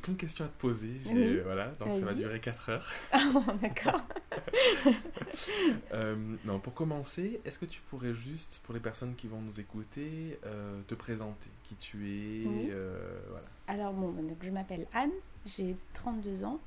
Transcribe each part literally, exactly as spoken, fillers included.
plein de questions à te poser. J'ai, Oui. voilà, donc Vas-y. ça va durer quatre heures. Ah bon, d'accord. Euh, non, pour commencer, est-ce que tu pourrais juste, pour les personnes qui vont nous écouter, euh, te présenter qui tu es, Oui. euh, voilà. Alors bon, donc, je m'appelle Anne, j'ai trente-deux ans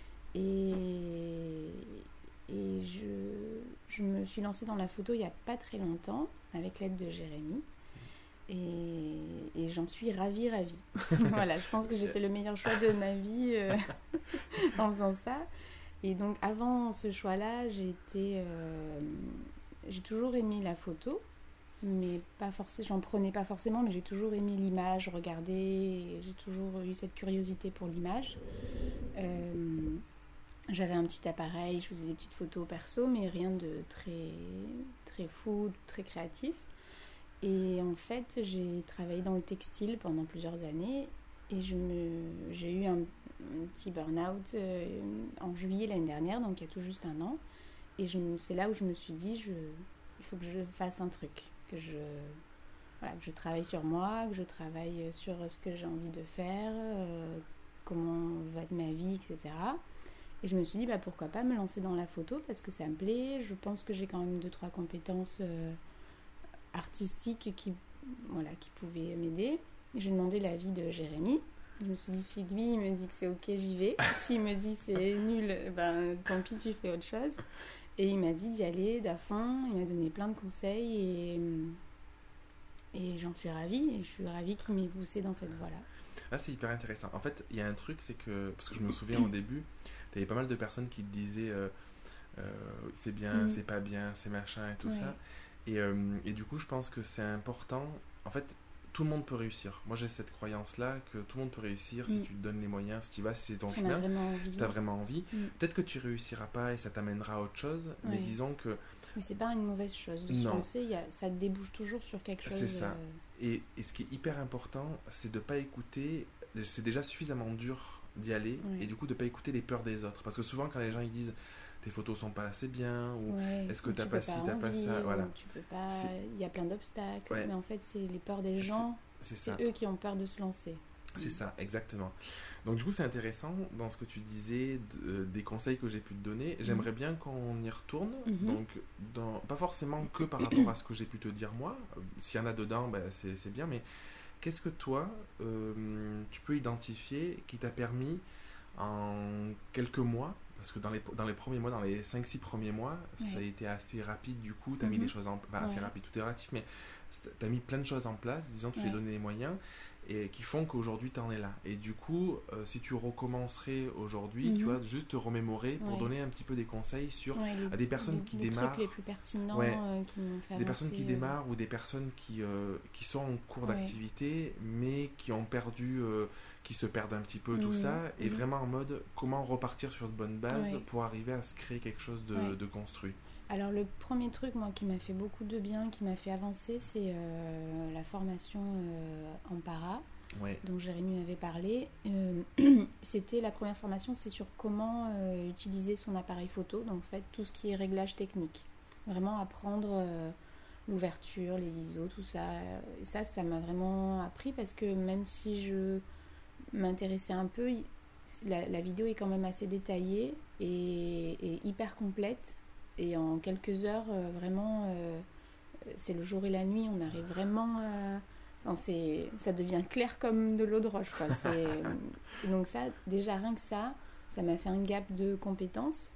et, et je, je me suis lancée dans la photo il n'y a pas très longtemps avec l'aide de Jérémy et, et j'en suis ravie, ravie. Voilà, je pense que j'ai fait le meilleur choix de ma vie euh, en faisant ça. Et donc avant ce choix-là, j'ai été, euh, j'ai toujours aimé la photo. Mais pas forcément, j'en prenais pas forcément, mais j'ai toujours aimé l'image, regarder, j'ai toujours eu cette curiosité pour l'image. Euh, j'avais un petit appareil, je faisais des petites photos perso, mais rien de très, très fou, très créatif. Et en fait, j'ai travaillé dans le textile pendant plusieurs années et je me, j'ai eu un, un petit burn-out euh, en juillet l'année dernière, donc il y a tout juste un an. Et je, c'est là où je me suis dit, je, il faut que je fasse un truc. Que je, voilà, que je travaille sur moi, que je travaille sur ce que j'ai envie de faire, euh, comment va être ma vie, et cetera. Et je me suis dit, bah, pourquoi pas me lancer dans la photo parce que ça me plaît. Je pense que j'ai quand même deux, trois compétences euh, artistiques qui, voilà, qui pouvaient m'aider. Et j'ai demandé l'avis de Jérémy. Je me suis dit, si lui il me dit que c'est ok, j'y vais. S'il me dit c'est nul, ben, tant pis, tu fais autre chose. Et il m'a dit d'y aller d'à fond, il m'a donné plein de conseils et, et j'en suis ravie. Et je suis ravie qu'il m'ait poussée dans cette voie-là. Ah, c'est hyper intéressant. En fait, il y a un truc, c'est que, parce que je me souviens au début, tu avais pas mal de personnes qui te disaient euh, euh, c'est bien, Mm. c'est pas bien, c'est machin et tout Ouais. ça. Et, euh, et du coup, je pense que c'est important. En fait, tout le monde peut réussir. Moi, j'ai cette croyance-là que tout le monde peut réussir si Mm. tu te donnes les moyens, si tu vas, si c'est ton Si on a chemin. vraiment envie. Si tu as vraiment envie, Mm. peut-être que tu réussiras pas et ça t'amènera à autre chose, mais Ouais. disons que Mais c'est pas une mauvaise chose de se Non. lancer, il y a, ça débouche toujours sur quelque chose. c'est ça. euh, Et, et ce qui est hyper important, c'est de pas écouter. C'est déjà suffisamment dur d'y aller, Ouais. et du coup de pas écouter les peurs des autres. Parce que souvent, quand les gens ils disent tes photos sont pas assez bien, ou ouais, est-ce que ou t'as tu pas peux ci, t'as pas envie, ça, ou voilà. tu peux pas. C'est- Il y a plein d'obstacles, Ouais. mais en fait, c'est les peurs des C'est- gens, c'est c'est ça. eux qui ont peur de se lancer. C'est ça, exactement. Donc du coup, c'est intéressant dans ce que tu disais, de- euh, des conseils que j'ai pu te donner. J'aimerais bien qu'on y retourne. Mhm. Donc, dans, pas forcément que par rapport à ce que j'ai pu te dire moi. Euh, S'il y en a dedans, ben, c'est, c'est bien. Mais qu'est-ce que toi, euh, tu peux identifier qui t'a permis en quelques mois, parce que dans les, dans les premiers mois, dans les cinq six premiers mois, Ouais. ça a été assez rapide du coup. Tu as mis Mhm. les choses en enfin, assez Ouais. rapide, tout est relatif, mais tu as mis plein de choses en place, disons, tu t'es Ouais. donné les moyens et qui font qu'aujourd'hui tu en es là. Et du coup, euh, si tu recommencerais aujourd'hui, Mhm. tu vois, juste te remémorer pour Ouais. donner un petit peu des conseils sur Ouais, les, à des personnes les- qui les démarrent. trucs les plus pertinents Ouais. euh, qui m'ont fait Des personnes qui avancer, euh, démarrent ou des personnes qui, euh, qui sont en cours Ouais. d'activité mais qui ont perdu, euh, qui se perdent un petit peu, tout Mhm, ça, et mhm. vraiment en mode comment repartir sur de bonnes bases Ouais. pour arriver à se créer quelque chose de, Ouais. de construit. Alors le premier truc moi qui m'a fait beaucoup de bien, qui m'a fait avancer, c'est euh, la formation euh, en para Ouais, dont Jérémy m'avait parlé. Euh, c'était la première formation, c'est sur comment euh, utiliser son appareil photo, donc en fait tout ce qui est réglage technique. Vraiment apprendre euh, l'ouverture, les I S O, tout ça. Et ça, ça m'a vraiment appris parce que même si je m'intéressais un peu, il- la, la vidéo est quand même assez détaillée et, et hyper complète. Et en quelques heures, euh, vraiment, euh, c'est le jour et la nuit, on arrive vraiment à... Enfin, c'est, ça devient clair comme de l'eau de roche, quoi. C'est, et donc ça, déjà rien que ça, ça m'a fait un gap de compétences.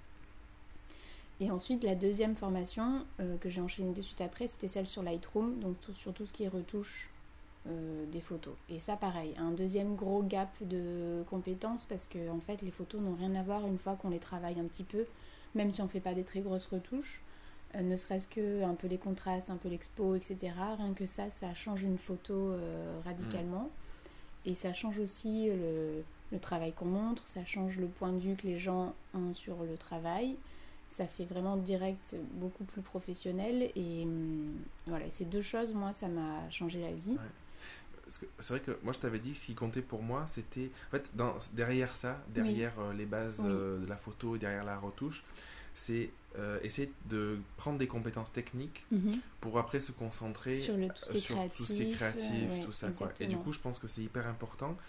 Et ensuite, la deuxième formation euh, que j'ai enchaînée de suite après, c'était celle sur Lightroom, donc tout, sur tout ce qui est retouche euh, des photos. Et ça, pareil, un deuxième gros gap de compétences parce que en fait, les photos n'ont rien à voir une fois qu'on les travaille un petit peu, même si on ne fait pas des très grosses retouches. Euh, ne serait-ce que un peu les contrastes, un peu l'expo, et cetera. Rien que ça, ça change une photo euh, radicalement. Mmh. Et ça change aussi le, le travail qu'on montre, ça change le point de vue que les gens ont sur le travail. Ça fait vraiment direct beaucoup plus professionnel. Et hum, voilà, ces deux choses, moi, ça m'a changé la vie. ouais. Parce que c'est vrai que moi je t'avais dit que ce qui comptait pour moi c'était en fait dans, derrière ça, derrière oui. euh, les bases oui. euh, de la photo et derrière la retouche, c'est euh, essayer de prendre des compétences techniques mm-hmm. pour après se concentrer sur, le, tout, ce qui est sur créatif, tout ce qui est créatif, euh, tout ça exactement. quoi. Et du coup je pense que c'est hyper important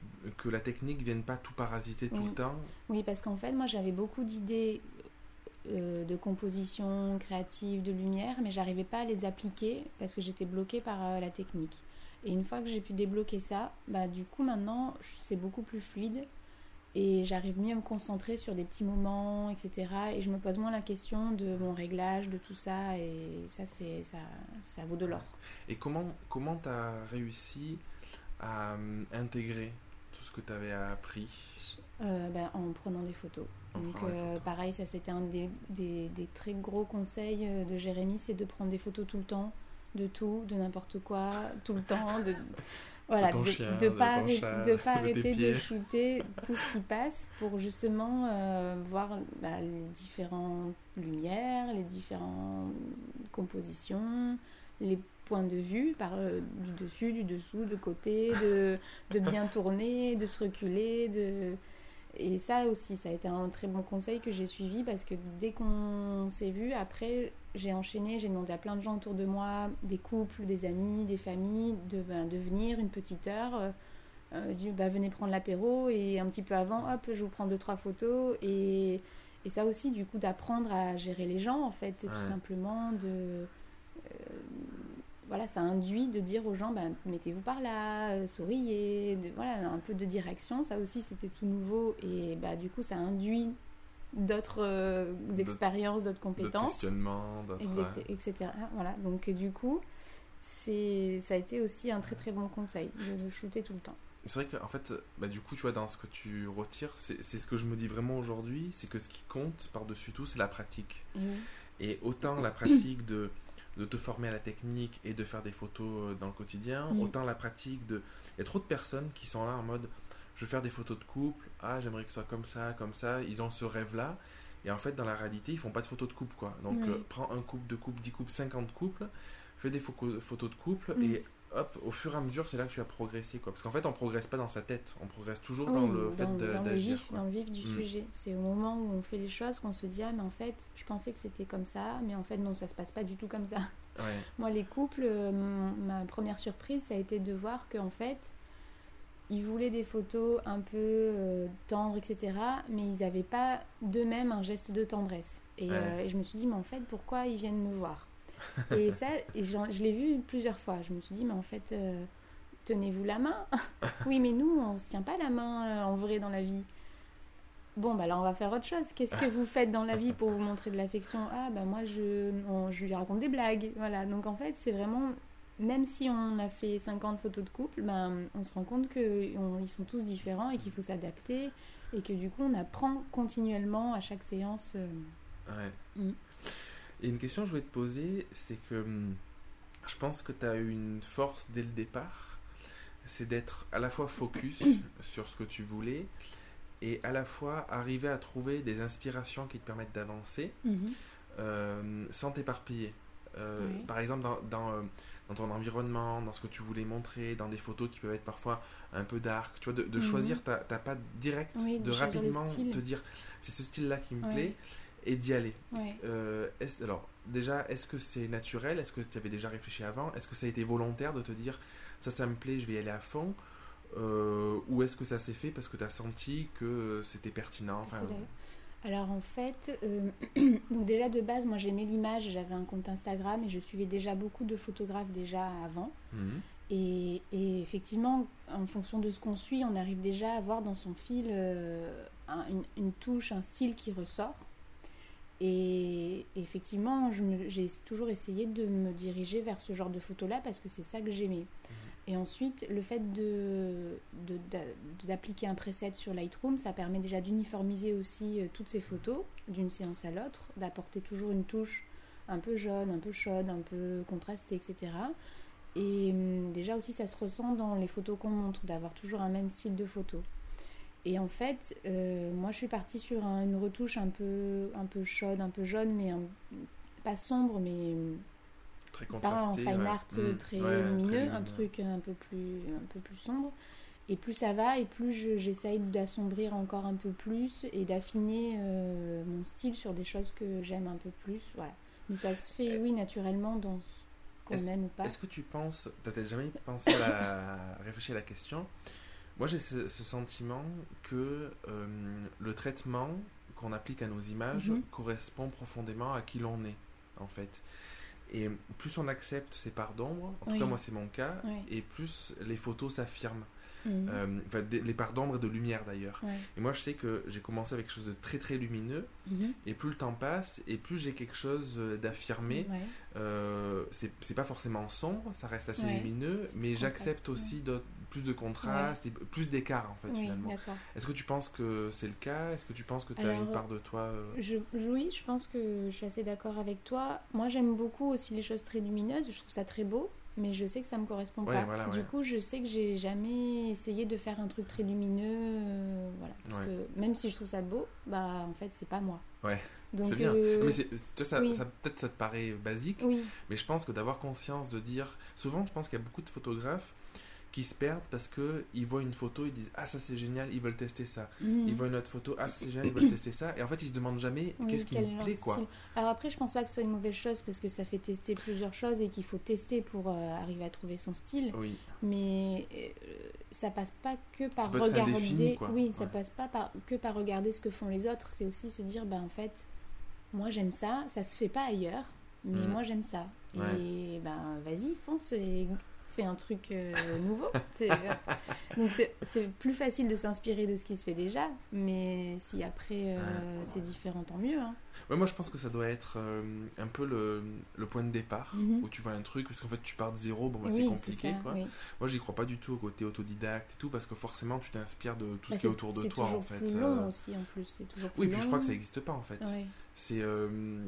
que la technique ne vienne pas tout parasiter tout oui. le temps. Oui, parce qu'en fait, moi, j'avais beaucoup d'idées euh, de composition créative, de lumière, mais j'arrivais pas à les appliquer parce que j'étais bloquée par euh, la technique. Et une fois que j'ai pu débloquer ça, bah, du coup, maintenant, c'est beaucoup plus fluide et j'arrive mieux à me concentrer sur des petits moments, et cetera. Et je me pose moins la question de mon réglage, de tout ça, et ça, c'est, ça, ça vaut de l'or. Et comment comment tu as réussi à euh, intégrer tout ce que tu avais appris euh, bah, En prenant des photos. en Donc prenant des euh, photos. pareil, ça c'était un des, des, des très gros conseils euh, de Jérémy, c'est de prendre des photos tout le temps, de tout, de n'importe quoi, tout le temps, de voilà, De ton de, chien, de de pas, ton arrêt- chat, de pas de tes arrêter de pieds. shooter tout ce qui passe pour justement euh, voir bah, les différentes lumières, les différentes compositions, les points de vue par euh, du dessus, du dessous, de côté, de, de bien tourner, de se reculer, de... Et ça aussi, ça a été un très bon conseil que j'ai suivi parce que dès qu'on s'est vu, après, j'ai enchaîné, j'ai demandé à plein de gens autour de moi, des couples, des amis, des familles, de, ben, de venir une petite heure, euh, euh, du, bah, venez prendre l'apéro et un petit peu avant, hop, je vous prends deux, trois photos. Et, et ça aussi, du coup, d'apprendre à gérer les gens, en fait, Ouais. tout simplement, de... euh, voilà, ça induit de dire aux gens, ben, mettez-vous par là, euh, souriez, de, voilà, un peu de direction. Ça aussi, c'était tout nouveau et bah, du coup, ça induit d'autres euh, D'autres- expériences, d'autres D'autres compétences, questionnements, d'autres... exact- et cetera. Voilà, donc euh, du coup, c'est, ça a été aussi un très très bon conseil de, de shooter tout le temps. C'est vrai qu'en fait, bah, du coup, tu vois, dans ce que tu retires, c'est, c'est ce que je me dis vraiment aujourd'hui, c'est que ce qui compte par-dessus tout, c'est la pratique. Et oui. Et autant la pratique de, de te former à la technique et de faire des photos dans le quotidien, Mm. autant la pratique de... Il y a trop de personnes qui sont là en mode, je veux faire des photos de couple, ah, j'aimerais que ce soit comme ça, comme ça, ils ont ce rêve-là, et en fait, dans la réalité, ils font pas de photos de couple, quoi. Donc, Oui. euh, prends un couple, deux couples, dix couples, cinquante couples, fais des photos, photos de couple, Mm. et hop, au fur et à mesure, c'est là que tu vas progresser, quoi. Parce qu'en fait, on progresse pas dans sa tête, on progresse toujours Oui, dans le fait dans, de- dans le d'agir, vif, quoi. dans le vif du Mm. sujet. C'est au moment où on fait les choses qu'on se dit, ah, mais en fait, je pensais que c'était comme ça, mais en fait, non, ça se passe pas du tout comme ça. Ouais. Moi, les couples, euh, mon- ma première surprise, ça a été de voir qu'en fait, ils voulaient des photos un peu euh, tendres, et cetera, mais ils n'avaient pas d'eux-mêmes un geste de tendresse. Et, Ouais. euh, et je me suis dit, mais en fait, pourquoi ils viennent me voir? Et ça, et j'en- je l'ai vu plusieurs fois. Je me suis dit, mais en fait, euh, tenez-vous la main. Oui, mais nous, on ne se tient pas la main euh, en vrai dans la vie. Bon, bah là, on va faire autre chose. Qu'est-ce que vous faites dans la vie pour vous montrer de l'affection? Ah, bah moi, je, on- je lui raconte des blagues. Voilà. Donc, en fait, c'est vraiment... Même si on a fait cinquante photos de couple, ben, on se rend compte qu'ils sont tous différents et qu'il faut s'adapter. Et que du coup, on apprend continuellement à chaque séance. euh, Ouais. Mm. Et une question que je voulais te poser, c'est que hum, je pense que tu as eu une force dès le départ, c'est d'être à la fois focus sur ce que tu voulais et à la fois arriver à trouver des inspirations qui te permettent d'avancer mhm. euh, sans t'éparpiller. Euh, Oui. Par exemple, dans, dans, euh, dans ton environnement, dans ce que tu voulais montrer, dans des photos qui peuvent être parfois un peu dark, tu vois, de, de Mhm. choisir ta, ta patte directe, Oui, de de choisir le rapidement style. te dire c'est ce style-là qui me Ouais. plaît et d'y aller. Ouais. Euh, est-ce- alors, déjà, est-ce que c'est naturel? Est-ce que tu avais déjà réfléchi avant? Est-ce que ça a été volontaire de te dire ça, ça me plaît, je vais y aller à fond? Euh, ou est-ce que ça s'est fait parce que tu as senti que c'était pertinent? Enfin, C'est vrai. Alors en fait, euh, donc déjà de base, moi j'aimais l'image, j'avais un compte Instagram et je suivais déjà beaucoup de photographes déjà avant. mhm. Et, et effectivement, en fonction de ce qu'on suit, on arrive déjà à voir dans son fil euh, un- une, une touche, un style qui ressort. Et effectivement, je me- j'ai toujours essayé de me diriger vers ce genre de photos-là parce que c'est ça que j'aimais. Et ensuite, le fait de, de- d'a- d'appliquer un preset sur Lightroom, ça permet déjà d'uniformiser aussi euh, toutes ces photos d'une séance à l'autre, d'apporter toujours une touche un peu jaune, un peu chaude, un peu contrastée, et cetera. Et hum, déjà aussi, ça se ressent dans les photos qu'on montre, d'avoir toujours un même style de photo. Et en fait, euh, moi, je suis partie sur un- une retouche un peu, un peu chaude, un peu jaune, mais un- pas sombre, mais Très pas en contrasté. fine ouais. art Mhm. très Ouais, très lumineux, un lumineux. truc un peu plus, un peu plus sombre. Et plus ça va, et plus je- j'essaye d'assombrir encore un peu plus et d'affiner euh, mon style sur des choses que j'aime un peu plus. Voilà. Mais ça se fait, oui, naturellement dans ce qu'on Est-ce- aime ou pas. Est-ce que tu penses, tu n'as jamais pensé à la- à réfléchir à la question, Moi, j'ai ce, ce sentiment que euh, le traitement qu'on applique à nos images Mhm. correspond profondément à qui l'on est, en fait. Et plus on accepte ces parts d'ombre, en tout Oui. cas moi c'est mon cas, Oui. et plus les photos s'affirment. Mhm. Euh, enfin, des- les parts d'ombre et de lumière d'ailleurs. Ouais. Et moi je sais que j'ai commencé avec quelque chose de très très lumineux, Mhm. et plus le temps passe, et plus j'ai quelque chose euh, d'affirmé. Ouais. Euh, c'est c'est pas forcément sombre, ça reste assez Ouais. lumineux, C'est mais plus j'accepte contraste, aussi d'autres- plus de contraste, et plus d'écart en fait Oui, finalement. d'accord. Est-ce que tu penses que c'est le cas? Est-ce que tu penses que tu as Alors, une part de toi euh, Je, je- oui, je pense que je suis assez d'accord avec toi. Moi, j'aime beaucoup aussi les choses très lumineuses. Je trouve ça très beau, mais je sais que ça me correspond Ouais, pas. voilà, du ouais. coup, je sais que j'ai jamais essayé de faire un truc très lumineux, euh, voilà. Parce Ouais. que même si je trouve ça beau, bah en fait, c'est pas moi. Ouais, Donc, c'est bien. euh, Non, mais c'est- c'est- toi, ça, oui. ça- peut-être ça te paraît basique, oui, mais je pense que d'avoir conscience de dire... Souvent, je pense qu'il y a beaucoup de photographes qui se perdent parce qu'ils voient une photo, ils disent « Ah, ça c'est génial, ils veulent tester ça. Mhm. Ils voient une autre photo, « Ah, c'est génial, ils veulent tester ça. » Et en fait, ils se demandent jamais Oui, qu'est-ce qui quel me est leur plaît, quoi. style. Alors après, je pense pas que ce soit une mauvaise chose parce que ça fait tester plusieurs choses et qu'il faut tester pour euh, arriver à trouver son style. Oui, Mais euh, ça passe pas que par peut être regarder. indéfini, quoi. Oui, ça Ouais. passe pas par, que par regarder ce que font les autres. C'est aussi se dire, bah en fait, moi j'aime ça, ça se fait pas ailleurs, mais Mhm. moi j'aime ça. Ouais. Et ben vas-y, fonce et fais un truc euh, nouveau. C'est- Donc c'est c'est plus facile de s'inspirer de ce qui se fait déjà, mais si après euh, Ouais. c'est différent, tant mieux. Hein. Ouais, moi je pense que ça doit être euh, un peu le, le point de départ Mhm. où tu vois un truc parce qu'en fait tu pars de zéro, bon bah, Oui, c'est c'est compliqué ça, quoi. oui. Moi j'y crois pas du tout au côté autodidacte et tout parce que forcément tu t'inspires de tout Bah, ce qui est c'est- autour de c'est toi en toujours fait. plus Euh, long aussi en plus, c'est toujours plus Oui, puis long. je crois que ça n'existe pas en fait. Ouais. C'est euh,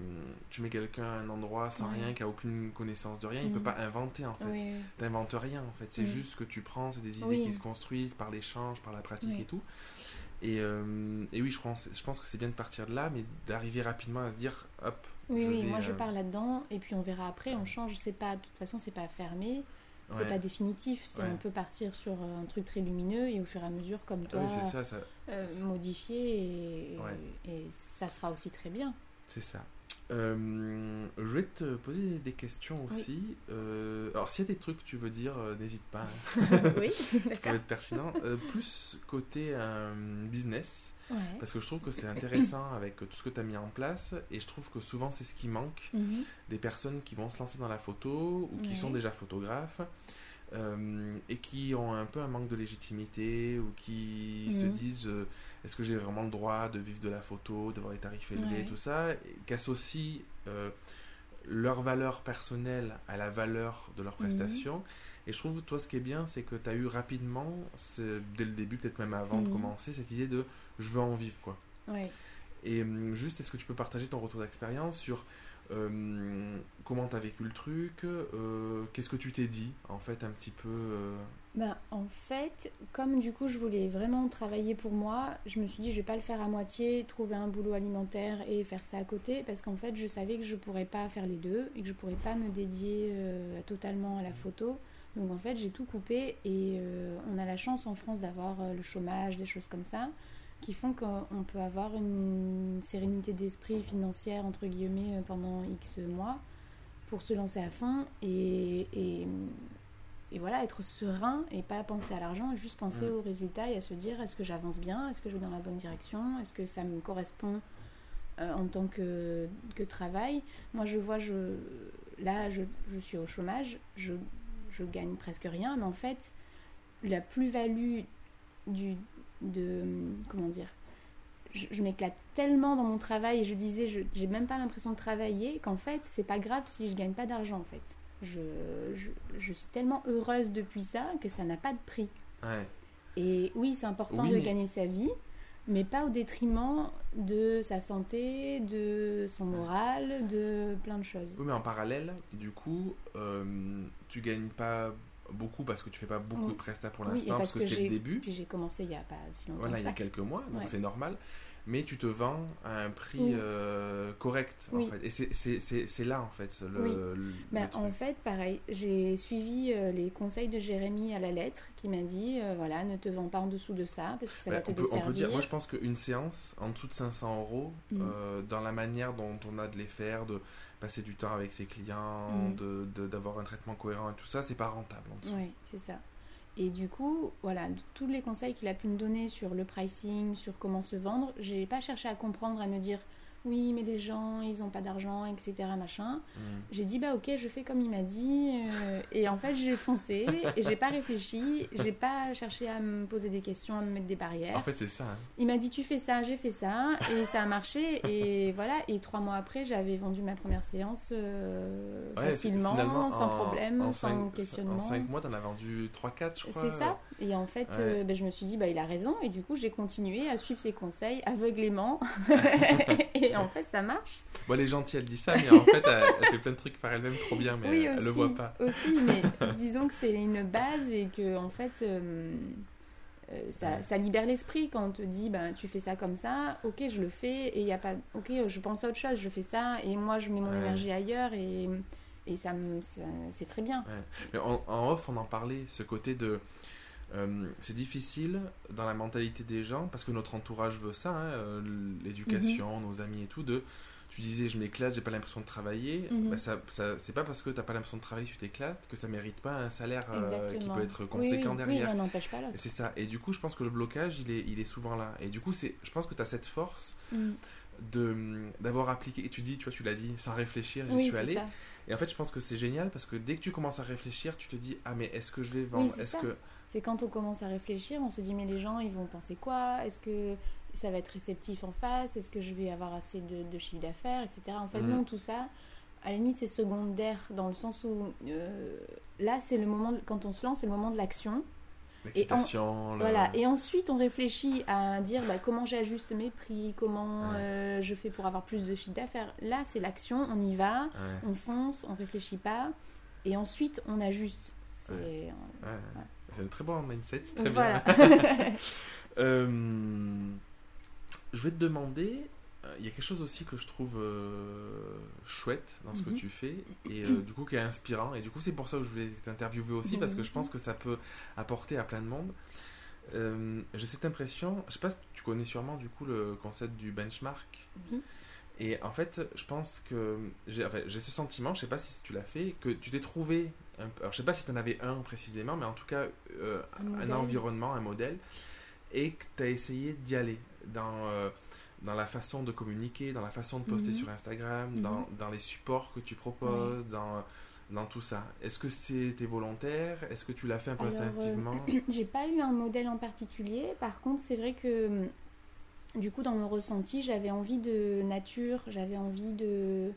tu mets quelqu'un à un endroit sans Ouais. rien, qui a aucune connaissance de rien, il Mhm. peut pas inventer en fait. Oui, oui. T'inventes rien en fait, c'est Mhm. juste que tu prends, c'est des idées Oui. qui se construisent par l'échange, par la pratique Oui. et tout. Et, euh, et oui, je pense, je pense que c'est bien de partir de là, mais d'arriver rapidement à se dire, hop. Oui, je oui, vais, moi je euh, pars là-dedans et puis on verra après, on change. C'est pas, de toute façon, c'est pas fermé, c'est ouais. pas définitif. C'est- Ouais. On peut partir sur euh, un truc très lumineux et au fur et à mesure, comme Ah toi, oui, c'est ça, ça euh, c'est- modifier et, Ouais. et ça sera aussi très bien. c'est ça. Euh, je vais te poser des questions Oui. aussi. Euh, alors, s'il y a des trucs que tu veux dire, euh, n'hésite pas. hein. Oui, Ça peut d'accord. être pertinent. Euh, plus côté euh, business, Ouais. parce que je trouve que c'est intéressant avec tout ce que tu as mis en place, et je trouve que souvent c'est ce qui manque Mhm. des personnes qui vont se lancer dans la photo ou qui Ouais. sont déjà photographes euh, et qui ont un peu un manque de légitimité ou qui se Mhm. disent euh, est-ce que j'ai vraiment le droit de vivre de la photo, d'avoir des tarifs élevés, Ouais. tout ça, et qu'associent euh, leur valeur personnelle à la valeur de leur Mhm. prestation. Et je trouve, toi, ce qui est bien, c'est que tu as eu rapidement, c'est- dès le début, peut-être même avant de Mhm. commencer, cette idée de je veux en vivre, quoi. Ouais. Et hum, juste, est-ce que tu peux partager ton retour d'expérience sur euh, comment tu as vécu le truc, euh, qu'est-ce que tu t'es dit, en fait, un petit peu euh, Ben, en fait, comme du coup je voulais vraiment travailler pour moi, je me suis dit je vais pas le faire à moitié, trouver un boulot alimentaire et faire ça à côté, parce qu'en fait je savais que je pourrais pas faire les deux et que je pourrais pas me dédier euh, totalement à la photo. Donc en fait j'ai tout coupé et euh, on a la chance en France d'avoir euh, le chômage, des choses comme ça, qui font qu'on peut avoir une sérénité d'esprit financière entre guillemets euh, pendant X mois pour se lancer à fond et, et et voilà, être serein et pas penser à l'argent et juste penser Mm. aux résultats et à se dire est-ce que j'avance bien, est-ce que je vais dans la bonne direction, est-ce que ça me correspond euh, en tant que, que travail. Moi je vois, je, là je, je suis au chômage, je, je gagne presque rien, mais en fait la plus-value du, de, comment dire, je, je m'éclate tellement dans mon travail et je disais je, j'ai même pas l'impression de travailler qu'en fait c'est pas grave si je gagne pas d'argent en fait. Je, je, je suis tellement heureuse depuis ça que ça n'a pas de prix. ouais. Et oui, c'est important Oui, de mais- gagner sa vie, mais pas au détriment de sa santé, de son moral, de plein de choses. Oui, mais en parallèle, du coup, euh, tu gagnes pas beaucoup parce que tu fais pas beaucoup Oui. de prestats pour Oui, et l'instant, parce que, c'est j'ai, le début. puis j'ai commencé il y a pas si longtemps Voilà, que il y a ça. quelques mois, donc Ouais. c'est normal. Mais tu te vends à un prix Oui. euh, correct, Oui. en fait. Et c'est, c'est, c'est, c'est là, en fait, le, Oui. le, le Ben, truc. en fait, pareil, j'ai suivi euh, les conseils de Jérémy à la lettre, qui m'a dit, euh, voilà, ne te vends pas en dessous de ça, parce que ça Ben, va te on, peut, on desservir. peut dire, moi je pense qu'une séance en dessous de cinq cents euros, Mm. euh, dans la manière dont on a de les faire, de passer du temps avec ses clients, Mm. de, de- d'avoir un traitement cohérent et tout ça, c'est pas rentable en dessous. Oui, c'est ça. Et du coup, voilà, tous les conseils qu'il a pu me donner sur le pricing, sur comment se vendre, j'ai pas cherché à comprendre, à me dire oui, mais les gens, ils ont pas d'argent, et cetera. Machin. Mm. J'ai dit bah ok, je fais comme il m'a dit. euh, et en fait, j'ai foncé et j'ai pas réfléchi, j'ai pas cherché à me poser des questions, à me mettre des barrières. En fait, c'est ça. Hein. Il m'a dit tu fais ça, j'ai fait ça et ça a marché. Et voilà. Et trois mois après, j'avais vendu ma première séance euh, Ouais, facilement, sans en, problème, en sans cinq, questionnement. En cinq mois, t'en as vendu trois quatre, je crois. C'est ça. Et en fait, Ouais. euh, ben, je me suis dit, bah, il a raison. Et du coup, j'ai continué à suivre ses conseils aveuglément. Et en fait, ça marche. Bon, elle est gentille, elle dit ça, mais en fait, elle, elle fait plein de trucs par elle-même trop bien, mais Oui, elle, aussi, elle le voit pas. aussi, mais disons que c'est une base et que, en fait, euh, euh, ça, Ouais. ça libère l'esprit quand on te dit, ben, tu fais ça comme ça, ok, je le fais. Et il y a pas, ok, je pense à autre chose, je fais ça. Et moi, je mets mon Ouais. énergie ailleurs. Et, et ça, me- ça- c'est très bien. Ouais. Mais en, en off, on en parlait, ce côté de... euh, c'est difficile dans la mentalité des gens, parce que notre entourage veut ça, hein, euh, l'éducation, nos amis et tout, de... Tu disais, je m'éclate, j'ai pas l'impression de travailler. Mhm. Bah, ça, ça, c'est pas parce que t'as pas l'impression de travailler, tu t'éclates, que ça mérite pas un salaire euh, qui Exactement. peut être Oui, conséquent oui, derrière. Oui, l'un n'empêche pas Et l'autre. c'est ça. Et du coup, je pense que le blocage, il est, il est souvent là. Et du coup, c'est, je pense que tu as cette force Mm. de, d'avoir appliqué. Et tu dis, tu vois, tu l'as dit, sans réfléchir, j'y Oui, suis c'est allé. ça. Et en fait, je pense que c'est génial parce que dès que tu commences à réfléchir, tu te dis, ah, mais est-ce que je vais vendre Oui, c'est Est-ce ça. que. C'est quand on commence à réfléchir, on se dit mais les gens ils vont penser quoi? Est-ce que ça va être réceptif en face? Est-ce que je vais avoir assez de, de chiffre d'affaires, et cetera. En fait Mhm. non, tout ça, à la limite c'est secondaire dans le sens où euh, là c'est le moment, de- quand on se lance, c'est le moment de l'action. L'excitation, le- Voilà. Et ensuite on réfléchit à dire bah, comment j'ajuste mes prix, comment Ouais. euh, je fais pour avoir plus de chiffre d'affaires. Là c'est l'action, on y va, Ouais, on fonce, on réfléchit pas et ensuite on ajuste. C'est... ouais. Ouais. C'est un très bon mindset, c'est très Voilà. bien. Euh, je vais te demander, euh, il y a quelque chose aussi que je trouve euh, chouette dans ce que Mhm. tu fais et euh, du coup qui est inspirant. Et du coup, c'est pour ça que je voulais t'interviewer aussi parce que je pense que ça peut apporter à plein de monde. Euh, j'ai cette impression, je sais pas si tu connais sûrement du coup le concept du benchmark. Oui. Et en fait, je pense que j'ai enfin, j'ai ce sentiment, je sais pas si tu l'as fait, que tu t'es trouvé, un, alors je sais pas si tu en avais un précisément, mais en tout cas euh, Un un, modèle. environnement, un modèle, et que tu as essayé d'y aller dans, euh, dans la façon de communiquer, dans la façon de poster Mhm. sur Instagram, Mhm. dans, dans les supports que tu proposes, dans, dans tout ça. Est-ce que c'était volontaire? Est-ce que tu l'as fait un peu Alors, euh, instinctivement? J'ai pas eu un modèle en particulier. Par contre, c'est vrai que hum, du coup, dans mon ressenti, j'avais envie de nature, j'avais envie de,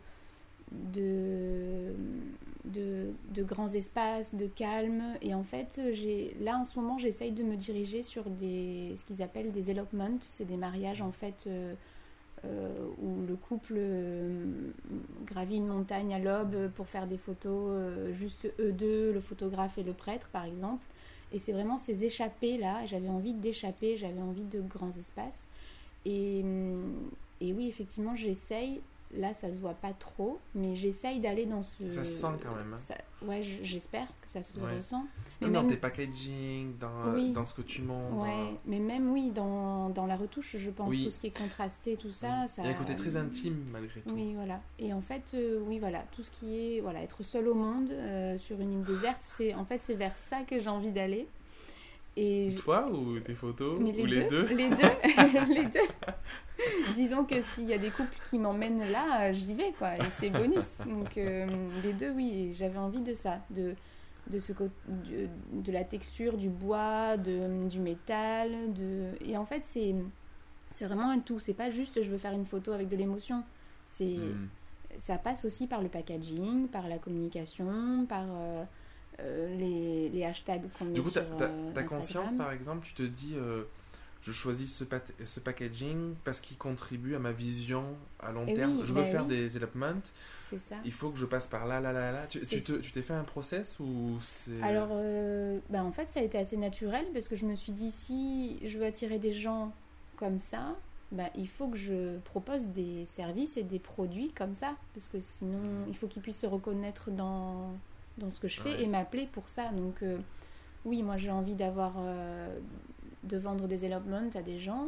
de, de, de grands espaces, de calme. Et en fait, j'ai, là en ce moment, j'essaye de me diriger sur des, ce qu'ils appellent des elopements. C'est des mariages en fait euh, euh, où le couple euh, gravit une montagne à l'aube pour faire des photos, euh, juste eux deux, le photographe et le prêtre par exemple. Et c'est vraiment ces échappées là, j'avais envie d'échapper, j'avais envie de grands espaces. Et, et oui, effectivement, j'essaye. Là, ça se voit pas trop, mais j'essaye d'aller dans ce. Ça se sent quand même, hein. Ça- ouais, j- j'espère que ça se Ouais. ressent. Mais Même dans même, tes packaging, dans, Oui. dans ce que tu montres. ouais, dans- mais même oui, dans, dans la retouche, je pense Oui. tout ce qui est contrasté, tout ça, Oui. ça. Il y a un côté très intime malgré tout. Oui, voilà. Et en fait, euh, oui, voilà, tout ce qui est, voilà, être seul au monde euh, sur une île déserte, c'est, en fait, c'est vers ça que j'ai envie d'aller. Et j- Toi ou tes photos? mais les, Ou les deux, Les deux. Les deux. Disons que s'il y a des couples qui m'emmènent là, euh, j'y vais, quoi. Et c'est bonus. Donc, euh, les deux, oui. Et j'avais envie de ça. De, de, ce, co- de, de la texture, du bois, de, du métal. De... Et en fait, c'est, c'est vraiment un tout. C'est pas juste je veux faire une photo avec de l'émotion. C'est, Hmm. ça passe aussi par le packaging, par la communication, par euh, euh, les, les hashtags qu'on met Du coup, sur t'as, t'as- euh, t'as Instagram. conscience, par exemple, tu te dis, euh, je choisis ce, pat- ce packaging parce qu'il contribue à ma vision à long Eh terme. oui, je veux bah faire oui. des developments, C'est ça. il faut que je passe par là, là, là, là. Tu, C'est tu, te- tu t'es fait un process ou c'est... Alors, euh, bah, en fait, ça a été assez naturel parce que je me suis dit, si je veux attirer des gens comme ça, bah, il faut que je propose des services et des produits comme ça. Parce que sinon, il faut qu'ils puissent se reconnaître dans, dans ce que je fais Ouais. et m'appeler pour ça. Donc, euh, oui, moi, j'ai envie d'avoir, euh, de vendre des elopements à des gens.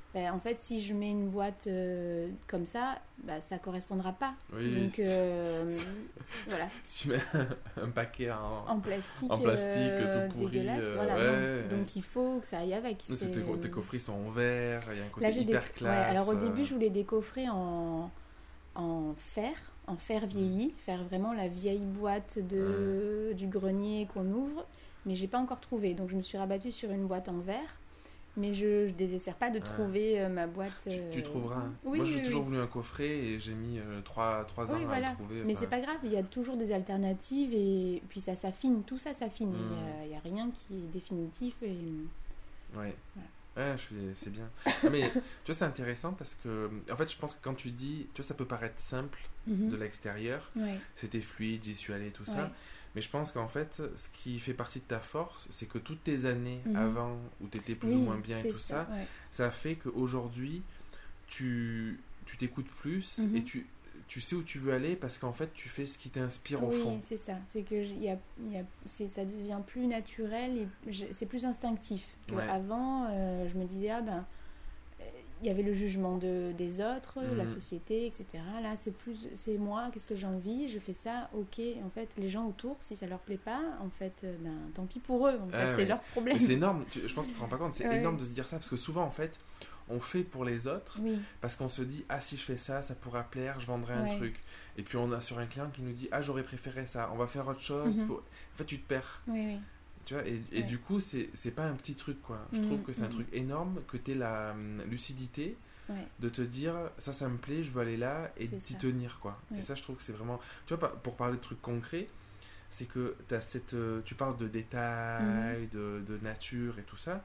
ben, en fait, si je mets une boîte euh, comme ça, ben, ça correspondra pas. Oui. Donc, euh, voilà. Si tu mets un paquet en, En plastique, en plastique euh, tout pourri. dégueulasse, euh, voilà. ouais, Donc, ouais. donc il faut que ça aille avec. Nous, C'est- tes, co- tes coffrets sont en verre, il y a un côté Là, j'ai hyper des... classe. ouais, alors au euh, début, je voulais des coffrets en, en fer, en fer vieilli, faire vraiment la vieille boîte de... du grenier qu'on ouvre, mais j'ai pas encore trouvé. Donc je me suis rabattue sur une boîte en verre, mais je, je désespère pas de Ouais. trouver euh, ma boîte. Tu, euh, tu trouveras. hein. Oui, Moi, oui, j'ai oui, toujours oui. voulu un coffret et j'ai mis trois ans Oui, à voilà. le trouver. Mais enfin. c'est pas grave, il y a toujours des alternatives et puis ça s'affine, tout ça s'affine. Mm. Il y a- il y a, rien qui est définitif et Ouais. Voilà. Ouais, je suis, c'est bien. Non, mais tu vois, c'est intéressant parce que, en fait, je pense que quand tu dis, tu vois, ça peut paraître simple de l'extérieur, ouais, c'était fluide, j'y suis allé, tout ça. ouais. Mais je pense qu'en fait, ce qui fait partie de ta force, c'est que toutes tes années Mhm. avant où tu étais plus Oui, ou moins bien et c'est tout ça, ouais. ça fait qu'aujourd'hui, tu tu t'écoutes plus Mhm. et tu, tu sais où tu veux aller parce qu'en fait, tu fais ce qui t'inspire au Oui, fond. c'est ça. C'est que j- il y a, il y a- c'est, ça devient plus naturel et je- c'est plus instinctif. Que Ouais. Avant, euh, je me disais, ah ben, euh, il y avait le jugement de, des autres, Mhm. la société, et cetera. Là, c'est plus, c'est moi, qu'est-ce que j'ai envie, je fais ça, ok. En fait, les gens autour, si ça leur plaît pas, en fait, euh, ben, tant pis pour eux. En fait, Ah c'est ouais. leur problème. Mais c'est énorme, tu- je pense que tu te rends pas compte, c'est Ouais. énorme de se dire ça parce que souvent, en fait, on fait pour les autres. Oui, Parce qu'on se dit, ah si je fais ça, ça pourra plaire, je vendrai un Ouais. truc. Et puis on a sur un client qui nous dit, ah j'aurais préféré ça, on va faire autre chose. Mhm. pour- En fait, tu te perds. oui, oui. Tu vois, et, et Ouais. du coup, c'est c'est pas un petit truc, quoi. Je Mhm, trouve que c'est un mhm. truc énorme, que tu aies la hum, lucidité Ouais. de te dire, ça, ça me plaît, je veux aller là, et C'est d'y ça. tenir, quoi. Ouais. Et ça, je trouve que c'est vraiment... Tu vois, par- pour parler de trucs concrets, c'est que t'as cette, euh, tu parles de détails, de, de nature et tout ça.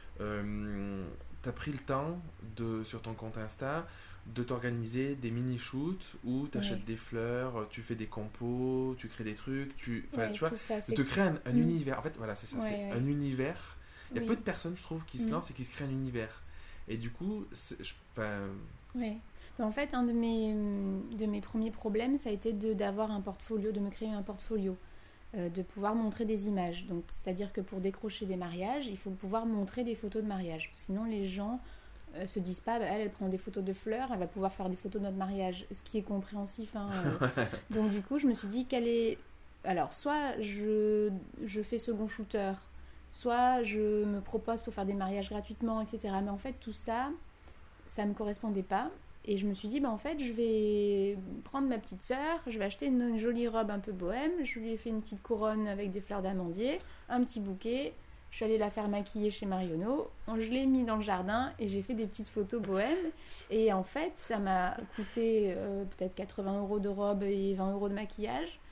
Euh, t'as pris le temps, de, sur ton compte Insta, de t'organiser des mini-shoots où tu achètes Ouais. des fleurs, tu fais des compos, tu crées des trucs, tu, enfin, Ouais, tu vois, c'est ça, de c'est- te créer un, un Mm. univers. En fait, voilà, c'est ça, Ouais, c'est ouais. un univers. Il y a Oui. peu de personnes, je trouve, qui se Mm. lancent et qui se créent un univers. Et du coup, c'est- je- enfin, Ouais. Mais en fait, un de mes, de mes premiers problèmes, ça a été de, d'avoir un portfolio, de me créer un portfolio, euh, de pouvoir montrer des images. Donc, c'est-à-dire que pour décrocher des mariages, il faut pouvoir montrer des photos de mariage. Sinon, les gens euh, se disent pas, bah, elle, elle prend des photos de fleurs, elle va pouvoir faire des photos de notre mariage, ce qui est compréhensif. Hein, euh. Donc, du coup, je me suis dit, quelle est... Alors, soit je, je fais second shooter, soit je me propose pour faire des mariages gratuitement, et cetera. Mais en fait, tout ça, ça ne me correspondait pas. Et je me suis dit, bah, en fait, je vais prendre ma petite sœur, je vais acheter une, une jolie robe un peu bohème, je lui ai fait une petite couronne avec des fleurs d'amandier, un petit bouquet, je suis allée la faire maquiller chez Marionneau, je l'ai mis dans le jardin et j'ai fait des petites photos bohèmes. Et en fait, ça m'a coûté euh, peut-être quatre-vingts euros de robe et vingt euros de maquillage.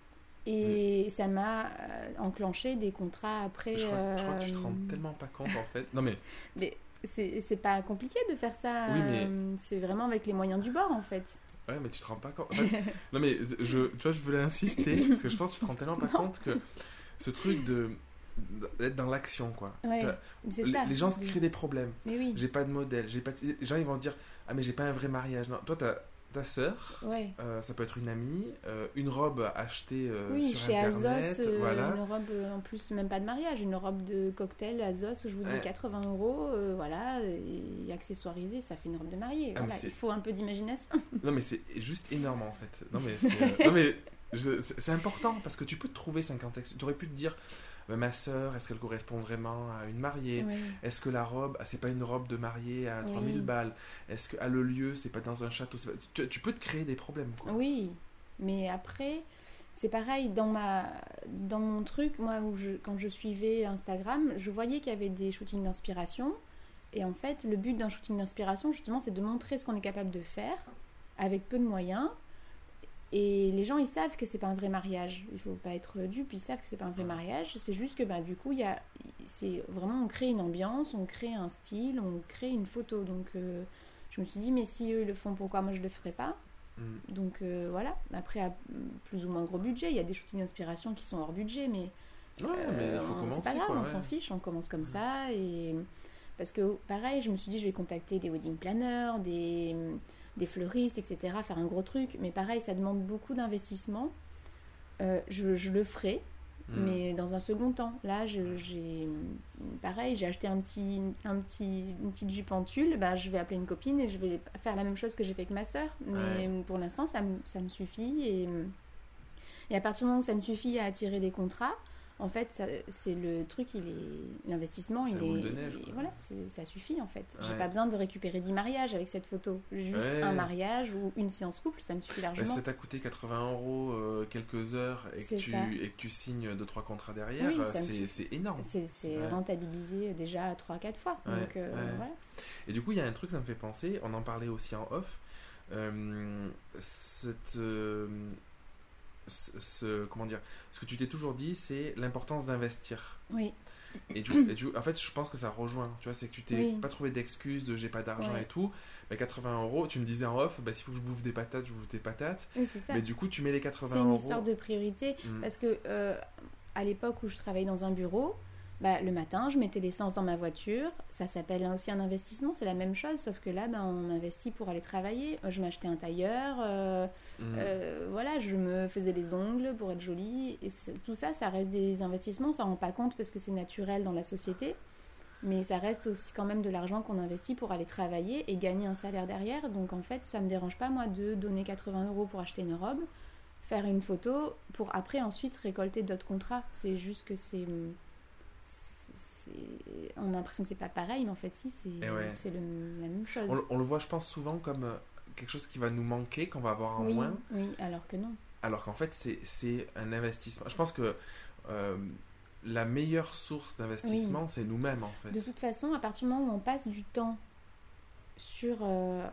Et ça m'a euh, enclenché des contrats après. je, crois, je crois que tu te rends euh, tellement pas compte, en fait. Non, mais Mais c'est, c'est pas compliqué de faire ça. Oui, mais- euh, C'est vraiment avec les moyens du bord, en fait. Ouais, mais tu te rends pas compte. En fait, non, mais je, tu vois, je voulais insister parce que je pense que tu te rends tellement pas Non. compte que ce truc de d'être dans l'action, quoi. Ouais, T'as- c'est les, ça. les gens se créent des problèmes. Mais oui, J'ai pas de modèle, j'ai pas. De... Les gens ils vont se dire, ah mais j'ai pas un vrai mariage. Non, toi t'as ta sœur. ouais. Euh, ça peut être une amie, euh, une robe achetée euh, Oui, sur chez internet, Azos, euh, voilà. une robe, euh, en plus, même pas de mariage, une robe de cocktail Azos, je vous dis Ouais. quatre-vingts euros, euh, voilà, et accessoirisée, ça fait une robe de mariée. Ah, Voilà, mais c'est- il faut un peu d'imagination. Non mais c'est juste énorme en fait. Non mais c'est, euh, non, mais je- c'est c'est important parce que tu peux te trouver cinquante ex. Tu aurais pu te dire, bah, ma sœur, est-ce qu'elle correspond vraiment à une mariée? Ouais. Est-ce que la robe, ah, c'est pas une robe de mariée à trois mille Oui. balles? Est-ce que ah, le lieu, c'est pas dans un château? C'est pas- tu, tu peux te créer des problèmes, quoi. Oui, mais après, c'est pareil, dans, ma, dans mon truc, moi, où je, quand je suivais Instagram, je voyais qu'il y avait des shootings d'inspiration. Et en fait, le but d'un shooting d'inspiration, justement, c'est de montrer ce qu'on est capable de faire avec peu de moyens. Et les gens, ils savent que c'est pas un vrai mariage. Il faut pas être dupe, ils savent que c'est pas un vrai mariage. C'est juste que bah, du coup, il y a, c'est vraiment, on crée une ambiance, on crée un style, on crée une photo. Donc, euh, je me suis dit, mais si eux ils le font, pourquoi moi je le ferais pas? Mm. Donc euh, voilà, après à plus ou moins gros budget, il y a des shootings d'inspiration qui sont hors budget, mais Ouais, mais il euh, faut on- commencer, c'est pas grave, quoi, on ouais. s'en fiche, on commence comme ça. Et parce que pareil, je me suis dit, je vais contacter des wedding planners, des, des fleuristes, et cetera, faire un gros truc, mais pareil, ça demande beaucoup d'investissement. Euh, je, je le ferai, Mmh. Mais dans un second temps, là, je, j'ai pareil, j'ai acheté un petit, un petit, une petite jupe en tulle. Bah, je vais appeler une copine et je vais faire la même chose que j'ai fait avec ma sœur. Mais ouais. Pour l'instant, ça, ça me suffit. Et, et à partir du moment où ça me suffit à attirer des contrats, en fait, ça, c'est le truc, il est, l'investissement, c'est il est, neige, il, voilà, c'est, ça suffit en fait. Ouais. J'ai pas besoin de récupérer dix mariages avec cette photo. Juste ouais. un mariage ou une séance couple, ça me suffit largement. Bah, ça t'a coûté quatre-vingts euros euh, quelques heures et que, tu, et que tu signes deux trois contrats derrière, oui, c'est, c'est énorme. C'est, c'est ouais. rentabilisé déjà trois quatre fois. Ouais. Donc, euh, ouais. voilà. Et du coup, il y a un truc, ça me fait penser, on en parlait aussi en off, euh, cette... Euh, Ce, ce, comment dire, ce que tu t'es toujours dit, c'est l'importance d'investir. Oui. Et, du, et du, en fait, je pense que ça rejoint. Tu vois, c'est que tu t'es oui. pas trouvé d'excuses de j'ai pas d'argent ouais. et tout. Mais quatre-vingts euros, tu me disais en off, bah, s'il faut que je bouffe des patates, je bouffe des patates. Oui, c'est ça. Mais du coup, tu mets les quatre-vingts euros. C'est une euros. histoire de priorité. Mmh. Parce que euh, à l'époque où je travaillais dans un bureau, bah, le matin, je mettais l'essence dans ma voiture. Ça s'appelle aussi un investissement, c'est la même chose, sauf que là, bah, on investit pour aller travailler. Je m'achetais un tailleur, euh, mmh. euh, voilà, je me faisais les ongles pour être jolie. Et tout ça, ça reste des investissements. On ne s'en rend pas compte parce que c'est naturel dans la société. Mais ça reste aussi quand même de l'argent qu'on investit pour aller travailler et gagner un salaire derrière. Donc en fait, ça ne me dérange pas, moi, de donner quatre-vingts euros pour acheter une robe, faire une photo, pour après ensuite récolter d'autres contrats. C'est juste que c'est... C'est... on a l'impression que c'est pas pareil, mais en fait si, c'est, ouais. c'est le, la même chose. On, on le voit, je pense, souvent comme euh, quelque chose qui va nous manquer, qu'on va avoir en oui, moins. Oui, alors que non. Alors qu'en fait, c'est, c'est un investissement. Je pense que euh, la meilleure source d'investissement, oui. c'est nous-mêmes, en fait. De toute façon, à partir du moment où on passe du temps sur, euh,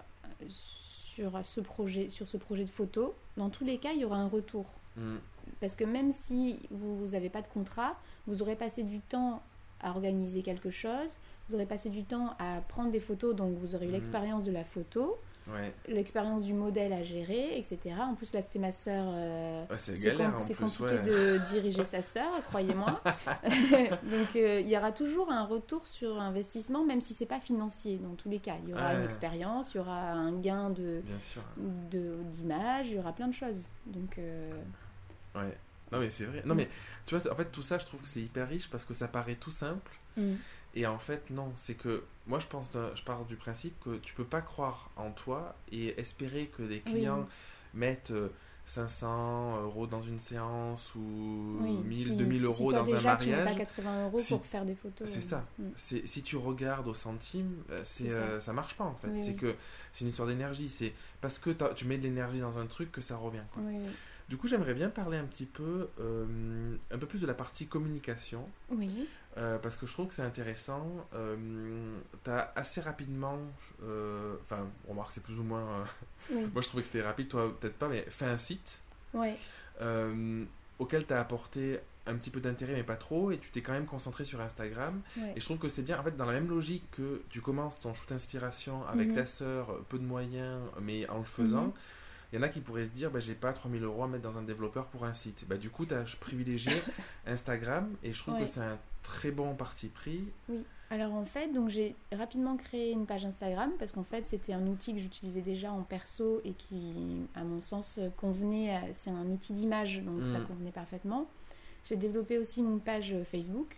sur, ce, projet, sur ce projet de photo, dans tous les cas, il y aura un retour. Mm. Parce que même si vous n'avez pas de contrat, vous aurez passé du temps à organiser quelque chose, vous aurez passé du temps à prendre des photos, donc vous aurez eu mmh. l'expérience de la photo, ouais. l'expérience du modèle à gérer, et cetera. En plus, là, c'était ma sœur. Euh, ouais, c'est c'est, galère, com- c'est plus, compliqué ouais. de diriger sa sœur, croyez-moi. Donc, euh, il y aura toujours un retour sur investissement, même si c'est pas financier. Dans tous les cas, il y aura ouais. une expérience, il y aura un gain de, Bien sûr. de, d'image, il y aura plein de choses. Donc, euh... ouais. Non mais c'est vrai. Non mais tu vois, en fait tout ça je trouve que c'est hyper riche parce que ça paraît tout simple. Mm. Et en fait non, c'est que moi je pense, je pars du principe que tu peux pas croire en toi et espérer que les clients oui. mettent cinq cents euros dans une séance ou oui, mille, si, deux mille euros si dans déjà, un mariage. Tu mets pas quatre-vingts euros si, pour faire des photos. C'est ça. Mm. C'est, si tu regardes au centime, c'est, c'est ça. Euh, ça marche pas en fait. Oui, c'est oui. que c'est une histoire d'énergie. C'est parce que tu mets de l'énergie dans un truc que ça revient. Quoi. Oui, oui. Du coup, j'aimerais bien parler un petit peu, euh, un peu plus de la partie communication. Oui. Euh, parce que je trouve que c'est intéressant. Euh, tu as assez rapidement, enfin, euh, remarque, c'est plus ou moins. Euh, oui. Moi, je trouvais que c'était rapide, toi, peut-être pas, mais fait un site. Ouais. Euh, auquel tu as apporté un petit peu d'intérêt, mais pas trop, et tu t'es quand même concentré sur Instagram. Ouais. Et je trouve que c'est bien, en fait, dans la même logique que tu commences ton shoot inspiration avec mm-hmm. ta sœur, peu de moyens, mais en le faisant. Mm-hmm. Il y en a qui pourraient se dire, bah, j'ai pas trois mille euros à mettre dans un développeur pour un site. Bah, du coup, tu as privilégié Instagram et je trouve ouais. que c'est un très bon parti pris. Oui. Alors en fait, donc, j'ai rapidement créé une page Instagram parce qu'en fait, c'était un outil que j'utilisais déjà en perso et qui, à mon sens, convenait. À, c'est un outil d'image, donc mmh. ça convenait parfaitement. J'ai développé aussi une page Facebook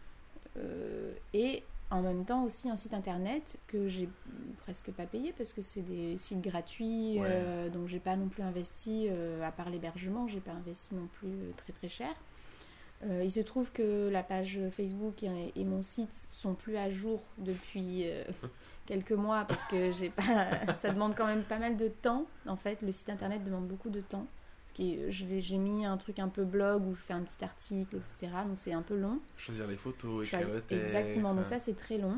euh, et en même temps aussi un site internet que j'ai presque pas payé parce que c'est des sites gratuits, ouais. euh, donc j'ai pas non plus investi, euh, à part l'hébergement, j'ai pas investi non plus très très cher. Euh, il se trouve que la page Facebook et, et mon site sont plus à jour depuis euh, quelques mois parce que j'ai pas, ça demande quand même pas mal de temps. En fait, le site internet demande beaucoup de temps. Parce que j'ai, j'ai mis un truc un peu blog où je fais un petit article, et cetera. Donc c'est un peu long. Choisir les photos, écrire le texte. Exactement, donc ça c'est très long.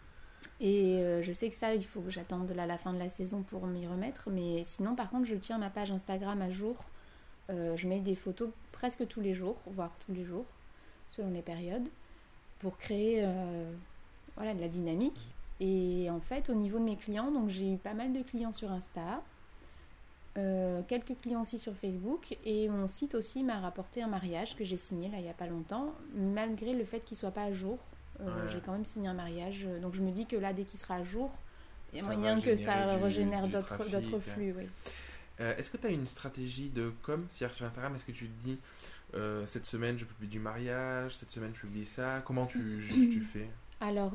Et euh, je sais que ça, il faut que j'attende la, la fin de la saison pour m'y remettre. Mais sinon, par contre, je tiens ma page Instagram à jour. Euh, je mets des photos presque tous les jours, voire tous les jours, selon les périodes, pour créer euh, voilà, de la dynamique. Et en fait, au niveau de mes clients, donc j'ai eu pas mal de clients sur Insta. Euh, quelques clients aussi sur Facebook et mon site aussi m'a rapporté un mariage que j'ai signé là il n'y a pas longtemps malgré le fait qu'il ne soit pas à jour euh, ouais. j'ai quand même signé un mariage donc je me dis que là dès qu'il sera à jour il y a ça moyen que ça régénère du, d'autres, du trafic, d'autres flux ouais. oui. Euh, est-ce que tu as une stratégie de com? C'est-à-dire sur Instagram, est-ce que tu te dis euh, cette semaine je publie du mariage, cette semaine je publie ça? Comment tu, tu fais? Alors,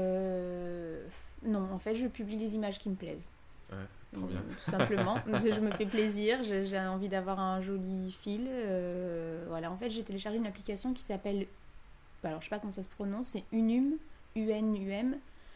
euh, non, en fait, je publie les images qui me plaisent. Ouais, trop bien. Euh, tout simplement. Je me fais plaisir, j'ai, j'ai envie d'avoir un joli fil. Euh, voilà, en fait, j'ai téléchargé une application qui s'appelle, alors je sais pas comment ça se prononce, c'est Unum, U N U M.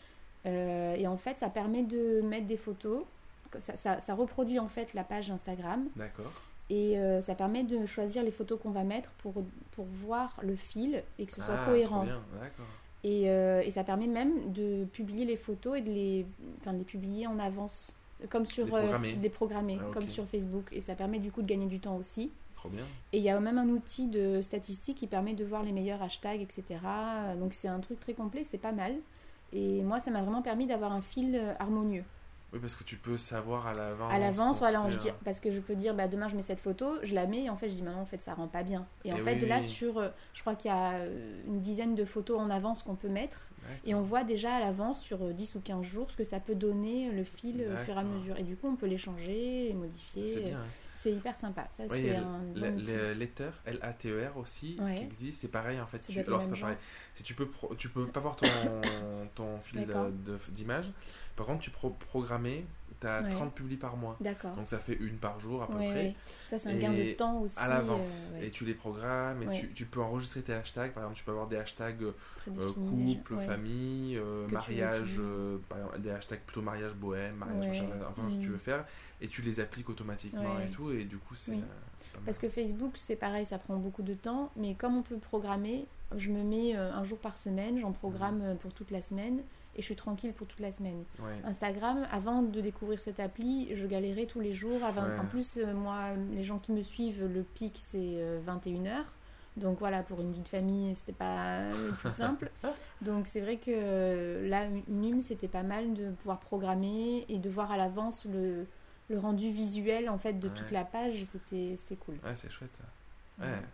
Euh, et en fait, ça permet de mettre des photos. Ça, ça, ça reproduit en fait la page Instagram. D'accord. Et euh, ça permet de choisir les photos qu'on va mettre pour, pour voir le fil et que ce soit Ah, cohérent. trop bien, d'accord. Et, euh, et ça permet même de publier les photos et de les, enfin, de les publier en avance, comme sur Les programmer. euh, les programmer, Ah, ok. comme sur Facebook. Et ça permet du coup de gagner du temps aussi. Trop bien. Et il y a même un outil de statistique qui permet de voir les meilleurs hashtags, et cetera. Donc c'est un truc très complet, c'est pas mal. Et moi, ça m'a vraiment permis d'avoir un fil euh, harmonieux. Oui, parce que tu peux savoir à l'avance. À l'avance, voilà, construire. je dis, parce que je peux dire, bah, demain je mets cette photo, je la mets, et en fait je dis, maintenant en fait ça rend pas bien. Et, Et en oui, fait là, oui. sur, euh, je crois qu'il y a euh, une dizaine de photos en avance qu'on peut mettre, D'accord. et on voit déjà à l'avance sur euh, dix ou quinze jours ce que ça peut donner, euh, le fil euh, au fur et à D'accord. mesure. Et du coup, on peut les changer, les modifier. C'est bien. Hein. C'est hyper sympa. Ça, Ouais, il y c'est a un le- bon outil. le- Later, L A T E R aussi, Ouais. qui existe. C'est pareil en fait. Ça Tu, doit être alors le c'est même pas pareil. Si tu peux, pro- tu peux pas voir ton, ton fil de- D'accord. de- d'image. Par contre, tu peux programmer. Tu as Ouais. trente publis par mois. D'accord. Donc ça fait une par jour à peu Ouais, près. ouais. Ça, c'est un gain Et de temps aussi. à l'avance. euh, ouais. Et tu les programmes. Et Ouais. tu, tu peux enregistrer tes hashtags. Par exemple, tu peux avoir des hashtags euh, Prédéfini couple, déjà. Ouais. famille, euh, Que tu mariage. utilises. euh, par exemple, des hashtags plutôt mariage bohème, mariage Ouais. machin, enfin ce que tu Mhm. veux faire. Et tu les appliques automatiquement Ouais. et tout. Et du coup, c'est Oui. euh, c'est pas mal. Parce que Facebook, c'est pareil, ça prend beaucoup de temps, mais comme on peut programmer, je me mets euh, un jour par semaine, j'en programme euh, pour toute la semaine, et je suis tranquille pour toute la semaine. Ouais. Instagram, avant de découvrir cette appli, je galérais tous les jours. Avant- Ouais. En plus, euh, moi, les gens qui me suivent, le pic, c'est euh, vingt et une heures. Donc voilà, pour une vie de famille, c'était pas le plus simple. Donc c'est vrai que euh, là, une Unum, c'était pas mal de pouvoir programmer et de voir à l'avance le, le rendu visuel en fait de toute Ouais. la page. C'était, c'était cool. Ouais, c'est chouette ça. Ouais, Ouais.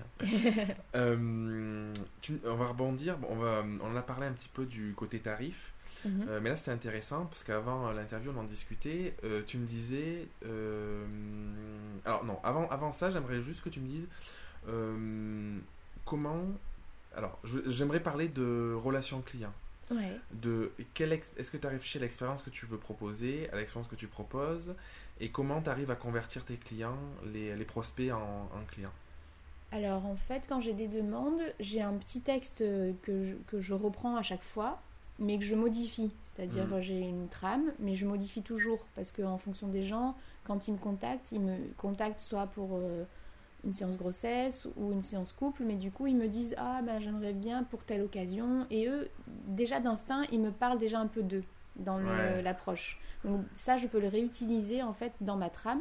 bien. Euh, tu- on va rebondir. Bon, on, va, on en a parlé un petit peu du côté tarif. Mhm. Euh, mais là, c'était intéressant parce qu'avant euh, l'interview, on en discutait. Euh, tu me disais. euh, alors, non, avant, avant ça, j'aimerais juste que tu me dises euh, comment. Alors, je- j'aimerais parler de relation client. Ouais. De quel ex- est-ce que tu as réfléchi à l'expérience que tu veux proposer, à l'expérience que tu proposes, et comment tu arrives à convertir tes clients, les, les prospects en, en clients. Alors en fait, quand j'ai des demandes, j'ai un petit texte euh, que je, que je reprends à chaque fois, mais que je modifie. C'est-à-dire, Mhm. euh, j'ai une trame, mais je modifie toujours parce qu'en fonction des gens, quand ils me contactent, ils me contactent soit pour euh, une séance grossesse ou une séance couple, mais du coup, ils me disent ah ben j'aimerais bien pour telle occasion, et eux, déjà d'instinct, ils me parlent déjà un peu d'eux dans le- Ouais. l'approche. Donc ça, je peux le réutiliser en fait dans ma trame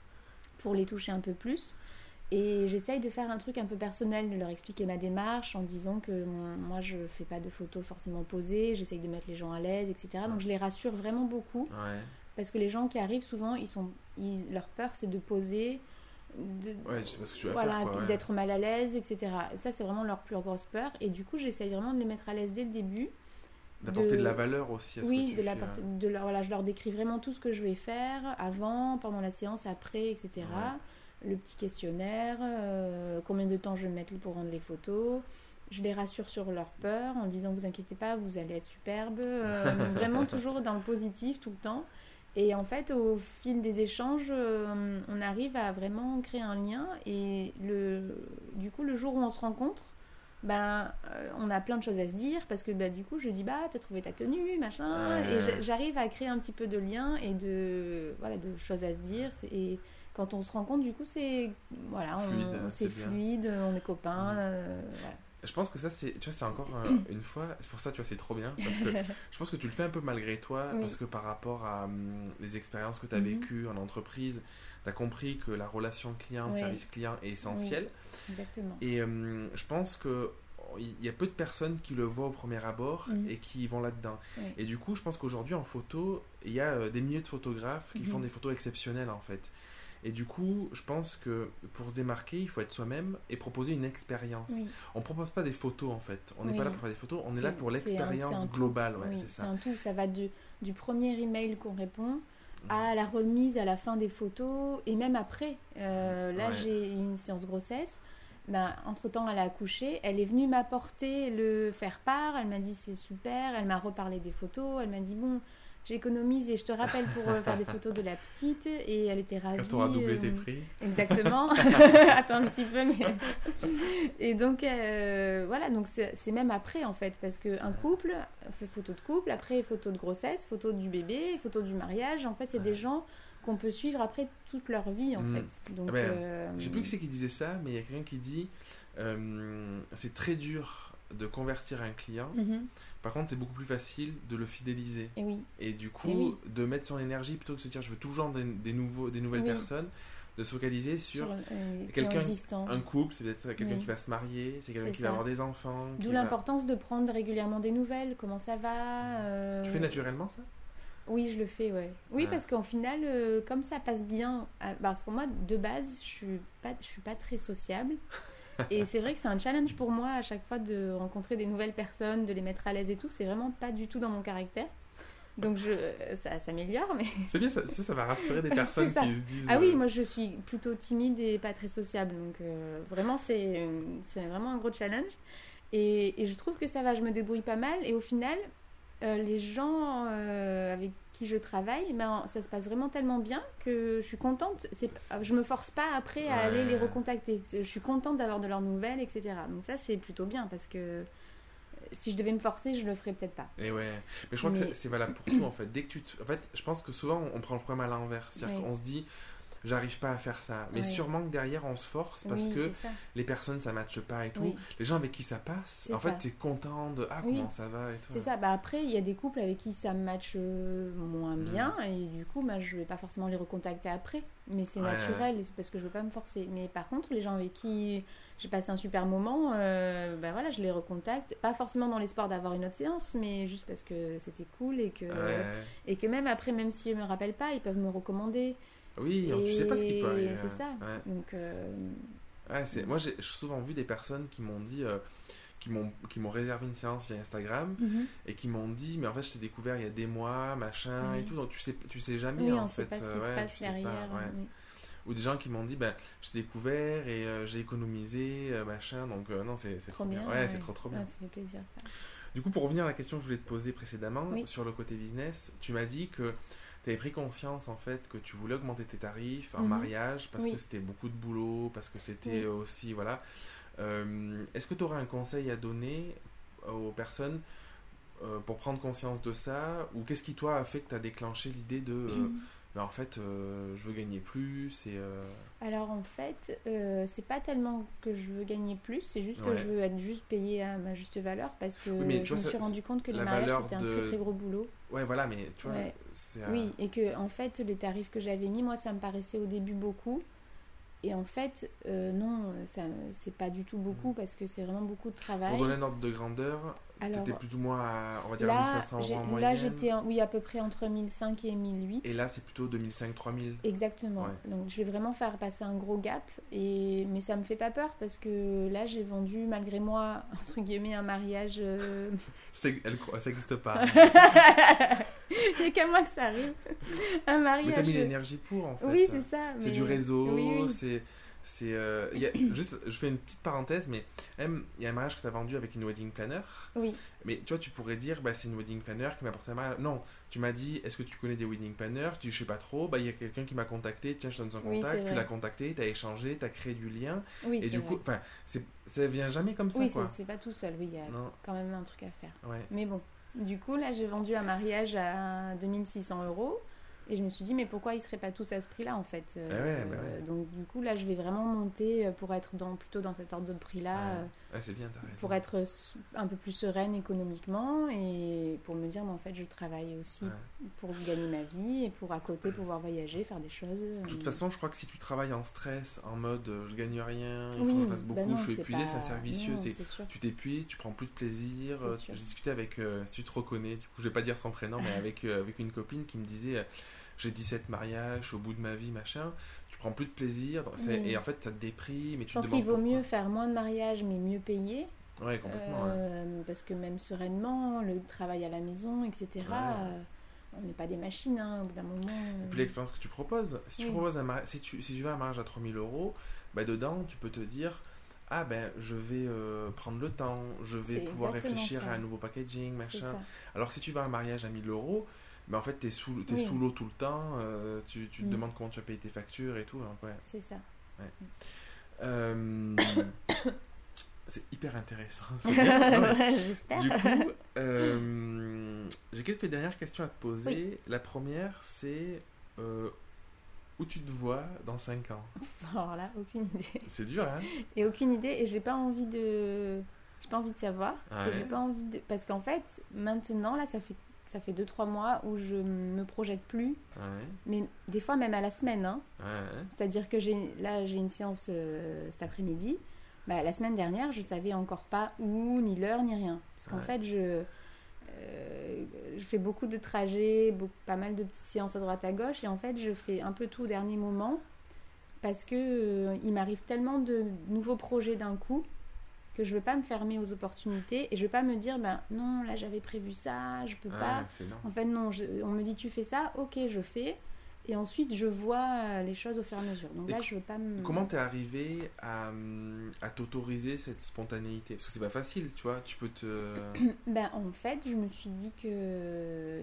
pour les toucher un peu plus. Et j'essaye de faire un truc un peu personnel, de leur expliquer ma démarche en disant que mon- moi je fais pas de photos forcément posées, j'essaye de mettre les gens à l'aise, et cetera. Donc je les rassure vraiment beaucoup Ouais, parce que les gens qui arrivent souvent, ils sont, ils- leur peur c'est de poser, de, ouais, tu sais pas ce que tu vas voilà, faire. Quoi, ouais. d'être mal à l'aise, et cetera. Ça c'est vraiment leur plus grosse peur. Et du coup j'essaye vraiment de les mettre à l'aise dès le début. D'apporter de... de- la valeur aussi à ce Oui, que tu de la fais. part- de leur, voilà, je leur décris vraiment tout ce que je vais faire avant, pendant la séance, après, et cetera. Le petit questionnaire, euh, combien de temps je vais mettre pour rendre les photos. Je les rassure sur leur peur en disant vous inquiétez pas, vous allez être superbe. Euh, vraiment toujours dans le positif tout le temps. Et en fait, au fil des échanges, euh, on arrive à vraiment créer un lien. Et le, du coup, le jour où on se rencontre, ben, euh, on a plein de choses à se dire parce que ben, du coup, je dis bah, t'as trouvé ta tenue, machin. Ouais. Et j'a- j'arrive à créer un petit peu de lien et de, voilà, de choses à se dire. C'est- Et quand on se rencontre, du coup, c'est voilà, on- Fluide, on- c'est c'est bien. fluide, on est copains. Mhm. euh, voilà. Je pense que ça, c'est, tu vois, c'est encore un- une fois, c'est pour ça, tu vois, c'est trop bien, parce que je pense que tu le fais un peu malgré toi, Oui. parce que par rapport à hum, les expériences que tu as Mhm. vécues en entreprise, tu as compris que la relation client, Ouais. service client est essentielle. Exactement. Et hum, je pense que il y a peu de personnes qui le voient au premier abord Mhm. et qui vont là-dedans. Oui. Et du coup, je pense qu'aujourd'hui, en photo, il y a euh, des milliers de photographes qui Mhm. font des photos exceptionnelles, en fait. Et du coup, je pense que pour se démarquer, il faut être soi-même et proposer une expérience. Oui. On ne propose pas des photos, en fait. On n'est Oui. pas là pour faire des photos, on est, C'est- là pour c'est un- c'est l'expérience un tout. globale. Ouais, Oui, c'est c'est ça. un tout. Ça va du, du premier email qu'on répond à la remise à la fin des photos et même après. Euh, là, Ouais. j'ai eu une séance grossesse. Ben, entre-temps, elle a accouché. Elle est venue m'apporter le faire-part. Elle m'a dit c'est super. Elle m'a reparlé des photos. Elle m'a dit bon, j'économise et je te rappelle pour euh, faire des photos de la petite. Et elle était ravie. Quand tu auras doublé euh, tes prix. Exactement. Attends un petit peu, mais... Et donc, euh, voilà, donc c'est, c'est même après, en fait, parce qu'un couple fait photo de couple, après photo de grossesse, photo du bébé, photo du mariage. En fait, c'est des gens qu'on peut suivre après toute leur vie, en Mm. fait. Donc, Ah ben, euh, Je sais plus qui c'est qui disait ça, mais il y a quelqu'un qui dit euh, c'est très dur de convertir un client. mhm. Par contre, c'est beaucoup plus facile de le fidéliser. Et oui, Et du coup, Et oui. de mettre son énergie plutôt que de se dire je veux toujours des, des, nouveaux, des nouvelles Oui. personnes, de se focaliser sur, sur euh, les quelqu'un- clients existants. un couple, c'est peut-être quelqu'un Oui. qui va se marier, c'est quelqu'un C'est qui va ça. avoir des enfants. qui D'où va- l'importance de prendre régulièrement des nouvelles. Comment ça va euh, Tu fais naturellement ça? Oui, je le fais, ouais. Oui, Ouais. parce qu'en final, euh, comme ça passe bien, euh, parce que moi, de base, je suis pas, je suis pas très sociable. Et c'est vrai que c'est un challenge pour moi à chaque fois de rencontrer des nouvelles personnes, de les mettre à l'aise et tout. C'est vraiment pas du tout dans mon caractère. Donc je, ça s'améliore, mais... C'est bien, ça, ça, ça va rassurer des C'est personnes ça. qui se disent. Ah oui, euh, moi je suis plutôt timide et pas très sociable. Donc euh, vraiment, c'est, c'est vraiment un gros challenge. Et, et je trouve que ça va, je me débrouille pas mal. Et au final, euh, les gens euh, avec qui je travaille, ben, ça se passe vraiment tellement bien que je suis contente. C'est, je me force pas après à Ouais. aller les recontacter. C'est- Je suis contente d'avoir de leurs nouvelles, et cetera. Donc ça, c'est plutôt bien parce que si je devais me forcer, je le ferais peut-être pas. Et ouais, mais je crois Mais- que c'est, c'est valable pour tout en fait. Dès que tu te- En fait, je pense que souvent on prend le problème à l'envers. C'est-à-dire Ouais. qu'on se dit, j'arrive pas à faire ça. Mais Ouais. sûrement que derrière on se force parce Oui, que c'est ça. les personnes ça matche pas et tout. Oui. Les gens avec qui ça passe, C'est en ça. fait, t'es content de ah Oui. comment ça va et tout. C'est ça. Bah après, il y a des couples avec qui ça matche euh, moins Mm. bien et du coup, bah, je vais pas forcément les recontacter après. Mais c'est Ouais, naturel et c'est parce que je veux pas me forcer. Mais par contre, les gens avec qui j'ai passé un super moment, euh, bah voilà, je les recontacte. Pas forcément dans l'espoir d'avoir une autre séance, mais juste parce que c'était cool et que, Ouais. et que même après, même s'ils me rappellent pas, ils peuvent me recommander. Oui, tu sais pas ce qui peut arriver. C'est ça. Ouais. Donc, euh, Ouais, c'est... Moi j'ai j'ai souvent vu des personnes qui m'ont dit, euh, qui, m'ont, qui m'ont réservé une séance via Instagram mhm. et qui m'ont dit, mais en fait je t'ai découvert il y a des mois, machin Oui. et tout, donc tu sais, tu sais jamais oui, en on fait. sait pas ce qui euh, se ouais, passe tu sais pas, derrière. ouais. oui. Ou des gens qui m'ont dit, ben, j'ai découvert et euh, j'ai économisé, euh, machin, donc euh, non, c'est, c'est Trop trop bien. bien. Ouais, ouais. c'est trop trop bien. Ah, ça fait plaisir ça. Du coup, pour revenir à la question que je voulais te poser précédemment, Oui. sur le côté business, tu m'as dit que tu avais pris conscience en fait que tu voulais augmenter tes tarifs en Mhm. mariage parce Oui. que c'était beaucoup de boulot, parce que c'était Oui. aussi, voilà. Euh, est-ce que tu aurais un conseil à donner aux personnes euh, pour prendre conscience de ça, ou qu'est-ce qui toi a fait que tu as déclenché l'idée de euh, ben, en fait euh, je veux gagner plus et euh, Alors en fait, euh, c'est pas tellement que je veux gagner plus, c'est juste que Ouais. je veux être juste payée à ma juste valeur parce que Oui, mais tu je vois, me ça- suis rendu compte que les la mariages valeur c'était un de- très très gros boulot. ouais voilà, mais tu vois Ouais. c'est euh, Oui, et que en fait les tarifs que j'avais mis, moi ça me paraissait au début beaucoup. Et en fait, euh, non, ça, c'est pas du tout beaucoup parce que c'est vraiment beaucoup de travail. pour donner un ordre de grandeur, tu Alors étais plus ou moins à, on va dire à là, mille cinq cents j'ai- euros en là moyenne. j'étais en- oui, à peu près entre mille cinq et mille huit. Et là, c'est plutôt deux mille cinq trois mille. Exactement. Ouais. Donc je vais vraiment faire passer un gros gap. Et... Mais ça me fait pas peur parce que là j'ai vendu malgré moi, entre guillemets, un mariage. euh, C'est, elle, croit- ça n'existe pas. Il n'y a qu'à moi que ça arrive. Un Mais mariage. t'as mis l'énergie pour, en fait. Oui, c'est ça. C'est mais- du réseau, Oui, oui. c'est... c'est euh, il y a- juste, je fais une petite parenthèse, mais même, il y a un mariage que tu as vendu avec une wedding planner. Oui, Mais tu vois, tu pourrais dire, bah, c'est une wedding planner qui m'a apporté un mariage. Non, tu m'as dit, est-ce que tu connais des wedding planners? Je dis, je sais pas trop. Bah, il y a quelqu'un qui m'a contacté, tiens, je te donne son Oui, contact. c'est Tu vrai. l'as contacté, tu as échangé, tu as créé du lien. oui, Et c'est du vrai. coup, enfin, c'est, ça vient jamais comme ça, Oui, quoi. c'est, c'est pas tout seul. Oui, il y a Non, quand même un truc à faire. ouais. Mais bon, du coup, là, j'ai vendu un mariage à deux mille six cents euros. Et je me suis dit, mais pourquoi ils seraient pas tous à ce prix-là, en fait euh, ouais, bah ouais. Donc, du coup, là, je vais vraiment monter euh, pour être dans, plutôt dans cet ordre de prix-là, Ouais. euh, Ouais, c'est bien, t'as raison. pour être s- un peu plus sereine économiquement et pour me dire, mais en fait, je travaille aussi Ouais. pour gagner ma vie et pour à côté pouvoir voyager, faire des choses. De toute façon, je crois que si tu travailles en stress, en mode euh, je gagne rien, il oui, faut que je fasse beaucoup, bah non, je suis c'est épuisé, pas- c'est un cercle vicieux. non, C'est, c'est sûr. tu t'épuises, tu prends plus de plaisir. C'est Euh, sûr. J'ai discuté avec, euh, si tu te reconnais, du coup, je vais pas dire son prénom, mais avec, euh, avec une copine qui me disait euh, j'ai dix-sept mariages au bout de ma vie, machin. Tu prends plus de plaisir. donc c'est- Oui. Et en fait, ça te déprime. Et tu Je pense te qu'il demandes vaut pourquoi. mieux faire moins de mariages mais mieux payer. Ouais, complètement. ouais. Euh, parce que même sereinement, le travail à la maison, et cetera. Ouais. euh, on n'est pas des machines, hein, au bout d'un moment. Et euh, puis l'expérience que tu proposes. Si tu Oui. proposes un mari- si tu si tu veux un mariage à trois mille euros, bah dedans tu peux te dire ah ben je vais euh, prendre le temps, je vais C'est pouvoir exactement réfléchir ça. à un nouveau packaging, C'est machin. ça. Alors que si tu veux un mariage à mille euros, bah en fait t'es sous t'es Oui. sous l'eau tout le temps, euh, tu, tu te Mm. demandes comment tu vas payer tes factures et tout. Donc, ouais. C'est ça. Euh, c'est hyper intéressant. C'est bien. Non, mais J'espère. du coup, euh, j'ai quelques dernières questions à te poser. La première, c'est euh, où tu te vois dans cinq ans? Alors là, aucune idée. C'est dur, hein? Et aucune idée, et j'ai pas envie de. J'ai pas envie de savoir. Ouais. Et j'ai pas envie de. Parce qu'en fait, maintenant, là, ça fait. Ça fait deux trois mois où je me projette plus, Ouais, mais des fois même à la semaine. Hein. ouais, C'est-à-dire que j'ai, là, j'ai une séance euh, cet après-midi. Bah, la semaine dernière, je savais encore pas où, ni l'heure, ni rien. Parce qu'en Ouais. fait, je, euh, je fais beaucoup de trajets, beaucoup, pas mal de petites séances à droite à gauche. Et en fait, je fais un peu tout au dernier moment. Parce que euh, il m'arrive tellement de nouveaux projets d'un coup que je veux pas me fermer aux opportunités. Et je veux pas me dire, ben non, là, j'avais prévu ça, je peux ouais, pas. c'est énorme. En fait, non, je- on me dit tu fais ça, ok, je fais. Et ensuite, je vois euh, les choses au fur et à mesure. Donc Et là, co- je veux pas me. Comment t'es arrivé à, hum, à t'autoriser cette spontanéité? Parce que c'est pas facile, tu vois. Tu peux te. Ben, en fait, je me suis dit que.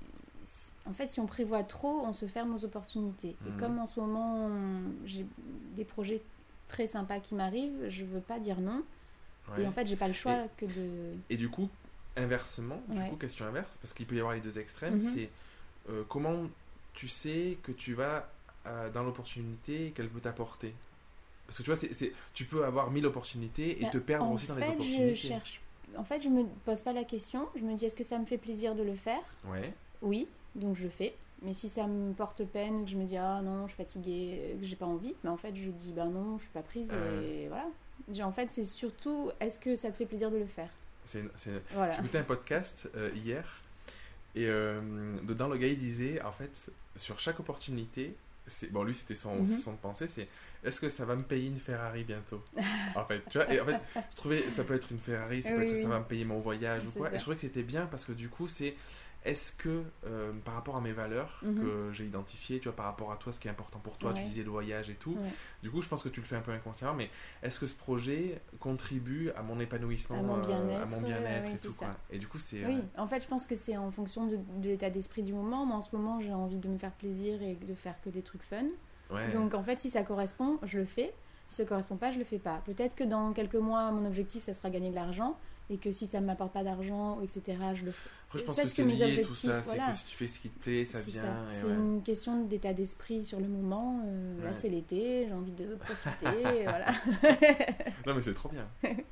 En fait, si on prévoit trop, on se ferme aux opportunités. Mhm. Et comme en ce moment, j'ai des projets très sympas qui m'arrivent, je veux pas dire non. Ouais. Et en fait, j'ai pas le choix que de. Et du coup, inversement, du Ouais. coup, question inverse, parce qu'il peut y avoir les deux extrêmes, Mhm. c'est euh, comment tu sais que tu vas euh, dans l'opportunité et qu'elle peut t'apporter? Parce que tu vois, c'est, c'est- tu peux avoir mille opportunités et Ben, te perdre en aussi dans les fait, opportunités. je cherche. En fait, je me pose pas la question. Je me dis, est-ce que ça me fait plaisir de le faire? Ouais, Oui, donc je fais. Mais si ça me porte peine, que je me dis ah non, je suis fatiguée, que j'ai pas envie, mais en fait je dis bah non, je suis pas prise Euh. et voilà. J'ai- En fait, c'est surtout est-ce que ça te fait plaisir de le faire? c'est, c'est... Voilà. J'écoutais un podcast euh, hier et euh, dedans le gars il disait en fait sur chaque opportunité, c'est... bon lui c'était son, Mhm. son pensée, c'est est-ce que ça va me payer une Ferrari bientôt? En fait, tu vois, et en fait je trouvais ça peut être une Ferrari, ça peut Oui, être oui. ça va me payer mon voyage ou C'est quoi, ça. et je trouvais que c'était bien parce que du coup c'est est-ce que euh, par rapport à mes valeurs Mhm. que j'ai identifiées, tu vois, par rapport à toi ce qui est important pour toi, tu Ouais. disais le voyage et tout, Ouais. du coup je pense que tu le fais un peu inconsciemment, mais est-ce que ce projet contribue à mon épanouissement, À mon euh, bien-être, à mon bien-être ouais, et ouais, tout c'est quoi. ça. Et du coup c'est Oui, euh, en fait, je pense que c'est en fonction de, de l'état d'esprit du moment. Moi, en ce moment, j'ai envie de me faire plaisir et de faire que des trucs fun. ouais. Donc, en fait, si ça correspond, je le fais. Si ça correspond pas, je le fais pas. Peut-être que dans quelques mois, mon objectif, ça sera gagner de l'argent. Et que si ça ne m'apporte pas d'argent, et cetera, je le fais. Après, je pense parce que c'est que mes lié tout objectifs, ça, c'est voilà. que si tu fais ce qui te plaît, ça C'est vient. ça. Et C'est ouais. une question d'état d'esprit sur le moment. Euh, Là, Ouais. c'est l'été, j'ai envie de profiter. et voilà. Non mais c'est trop bien.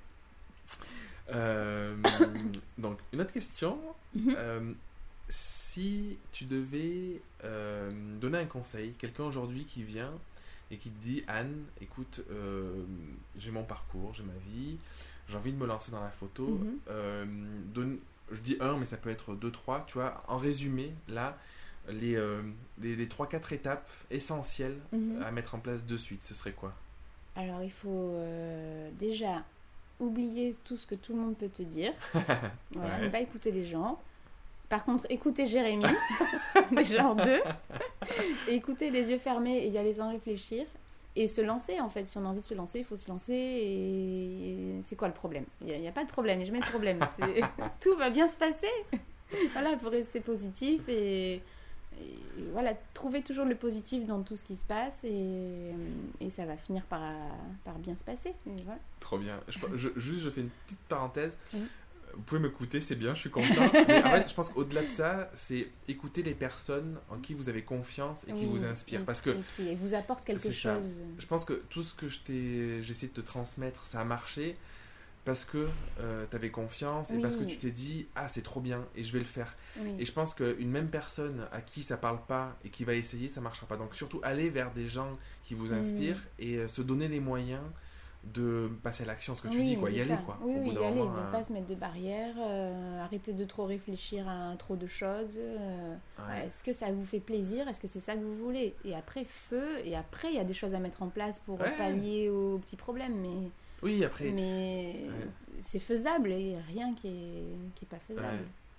Euh, donc une autre question. Mhm. Euh, si tu devais euh, donner un conseil, quelqu'un aujourd'hui qui vient et qui te dit Anne, écoute, euh, j'ai mon parcours, j'ai ma vie, j'ai envie de me lancer dans la photo. Mhm. euh, donne, je dis un, mais ça peut être deux, trois. Tu vois, en résumé, là, les, euh, les, les trois, quatre étapes essentielles Mhm. à mettre en place de suite, ce serait quoi? Alors, il faut euh, déjà oublier tout ce que tout le monde peut te dire. Voilà, Ouais. ne pas écouter les gens. Par contre, écouter Jérémy, déjà en deux. Et écouter les yeux fermés et y aller sans réfléchir. Et se lancer, en fait. Si on a envie de se lancer, il faut se lancer. Et c'est quoi le problème? Il n'y a, il y a pas de problème, il n'y a jamais de problème. C'est- Tout va bien se passer. Voilà, il faut rester positif et, et voilà, trouver toujours le positif dans tout ce qui se passe et, et ça va finir par, par bien se passer. Et voilà. Trop bien. Je, je- juste, je fais une petite parenthèse. Mhm. Vous pouvez m'écouter, c'est bien, je suis content. Mais en fait, je pense qu'au-delà de ça, c'est écouter les personnes en qui vous avez confiance et qui Oui, vous inspirent. et- Parce que et qui vous apporte quelque c'est ça. chose. je pense que tout ce que je t'ai, j'essaie de te transmettre, ça a marché parce que tu avais confiance et Oui. parce que tu t'es dit ah c'est trop bien et je vais le faire. Oui. Et je pense qu'une même personne à qui ça parle pas et qui va essayer, ça marchera pas. Donc surtout aller vers des gens qui vous Mm. inspirent et euh, se donner les moyens de passer à l'action, ce que tu Oui, dis, quoi, c'est y aller ça. quoi. Oui, Au oui, bout y d'un aller, moment, ne euh, pas se mettre de barrières, euh, arrêter de trop réfléchir à trop de choses. euh, ouais. voilà, est-ce que ça vous fait plaisir? Est-ce que c'est ça que vous voulez? Et après, feu, et après, il y a des choses à mettre en place pour Ouais. pallier aux petits problèmes, mais, Oui, après, mais ouais. c'est faisable, et rien qui est, qui est pas faisable. Ouais.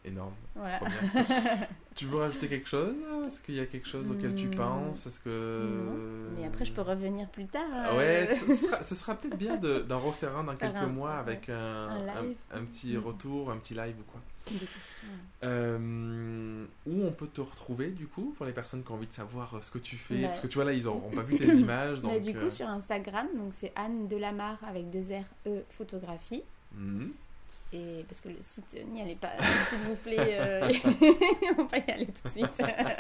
énorme. Voilà. C'est trop bien. Tu veux rajouter quelque chose? Est-ce qu'il y a quelque chose auquel tu penses? Est-ce que... Non. Mais après, je peux revenir plus tard. Ah ouais, ce sera, ce sera peut-être bien de, d'en refaire un dans quelques un, mois ouais. avec un, un, un, un petit retour, un petit live ou quoi. Des questions. Euh, où on peut te retrouver du coup pour les personnes qui ont envie de savoir ce que tu fais, bah, parce que tu vois là ils n'auront pas vu tes images. Donc, bah, du coup euh... sur Instagram, donc c'est Anne Delamare avec deux R E photographie. Mm-hmm. Et parce que le site, n'y allez pas, s'il vous plaît, euh... on va pas y aller tout de suite.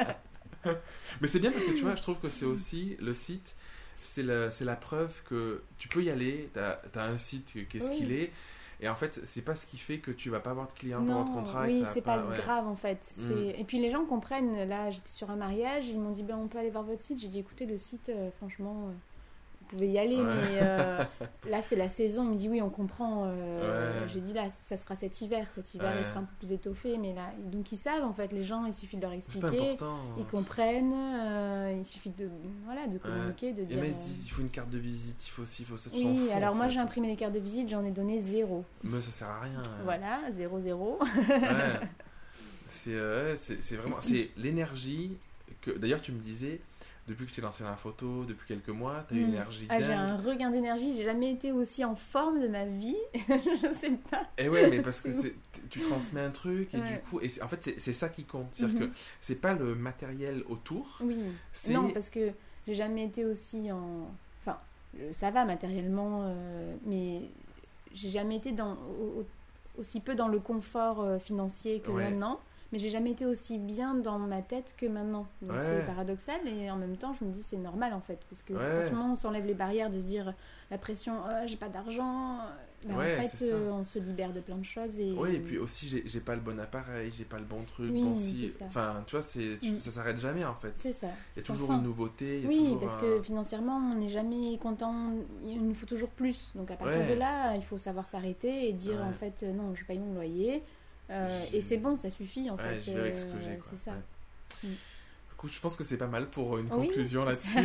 Mais c'est bien parce que tu vois, je trouve que c'est aussi le site, c'est la, c'est la preuve que tu peux y aller, tu as un site qui est ce oui. qu'il est. Et en fait, c'est pas ce qui fait que tu vas pas avoir de clients non, pour votre contrat. Oui, et ça c'est pas, pas ouais. grave en fait. C'est... Mm. Et puis les gens comprennent. Là, j'étais sur un mariage, ils m'ont dit ben, on peut aller voir votre site. J'ai dit écoutez, le site, euh, franchement, euh, vous pouvez y aller, ouais. mais euh, là c'est la saison. Il me dit oui, on comprend. Euh, ouais. J'ai dit là, ça sera cet hiver. Cet hiver, ouais. il sera un peu plus étoffé. Mais là, donc ils savent en fait, les gens, il suffit de leur expliquer. Ils comprennent. Euh, il suffit de, voilà, de communiquer, ouais. de dire. Et mais ils disent il faut une carte de visite, il faut ci, il faut ça. Oui, fous, alors moi fait. j'ai imprimé les cartes de visite, j'en ai donné zéro. Mais ça sert à rien. Ouais. Voilà, zéro, zéro. ouais. C'est, euh, c'est, c'est vraiment c'est l'énergie que. D'ailleurs, tu me disais. Depuis que je t'ai lancé la photo, depuis quelques mois, tu as mmh. une énergie ah, dingue. J'ai un regain d'énergie, j'ai jamais été aussi en forme de ma vie, je sais pas. Et ouais, mais parce que c'est, tu transmets un truc et ouais. du coup, et en fait c'est, c'est ça qui compte, c'est-à-dire mmh. que c'est pas le matériel autour. Oui. C'est... Non, parce que j'ai jamais été aussi en, enfin, ça va matériellement, euh, mais j'ai jamais été dans au, aussi peu dans le confort euh, financier que ouais. maintenant. Mais j'ai jamais été aussi bien dans ma tête que maintenant. Donc ouais. c'est paradoxal et en même temps je me dis c'est normal en fait. Parce que ouais. à ce moment on s'enlève les barrières de se dire la pression, oh, j'ai pas d'argent. Ben, ouais, en fait euh, on se libère de plein de choses. Et... Oui et puis aussi j'ai, j'ai pas le bon appareil, j'ai pas le bon truc. Oui, bon si... Enfin tu vois, c'est, tu, mm. ça s'arrête jamais en fait. C'est ça. Il y a toujours fin. Une nouveauté. Y a oui toujours parce un... que financièrement on n'est jamais content, il nous faut toujours plus. Donc à partir ouais. de là il faut savoir s'arrêter et dire ouais. en fait non je paye mon loyer. Euh, et c'est bon, ça suffit en ouais, fait. Je vais avec ce que j'ai, quoi. C'est ça. Ouais. Mm. Du coup, je pense que c'est pas mal pour une oui. conclusion là-dessus.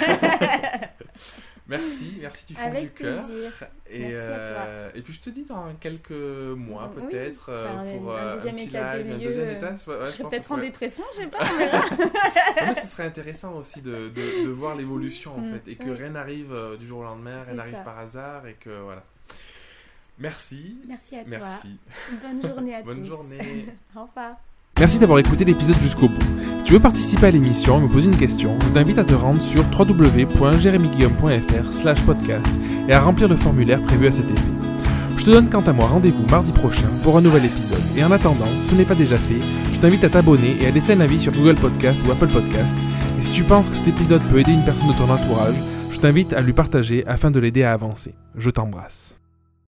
merci, merci du fond avec du cœur. Plaisir. Et merci euh, à toi. et puis je te dis dans quelques mois oui. peut-être enfin, pour un, un deuxième un petit état live, des lieux, un deuxième état. Ouais, je je serais pense peut-être que... en dépression, je sais pas. On verra. Non, mais ce serait intéressant aussi de, de, de voir l'évolution en mm. fait et que oui. rien n'arrive du jour au lendemain, c'est rien n'arrive ça. par hasard et que voilà. Merci. Merci à Merci. toi. Bonne journée à Bonne tous. Bonne journée. Au revoir. Merci d'avoir écouté l'épisode jusqu'au bout. Si tu veux participer à l'émission et me poser une question, je t'invite à te rendre sur w w w point jeremy guillaume point f r slash podcast et à remplir le formulaire prévu à cet effet. Je te donne quant à moi rendez-vous mardi prochain pour un nouvel épisode. Et en attendant, si ce n'est pas déjà fait, je t'invite à t'abonner et à laisser un avis sur Google Podcast ou Apple Podcast. Et si tu penses que cet épisode peut aider une personne de ton entourage, je t'invite à lui partager afin de l'aider à avancer. Je t'embrasse.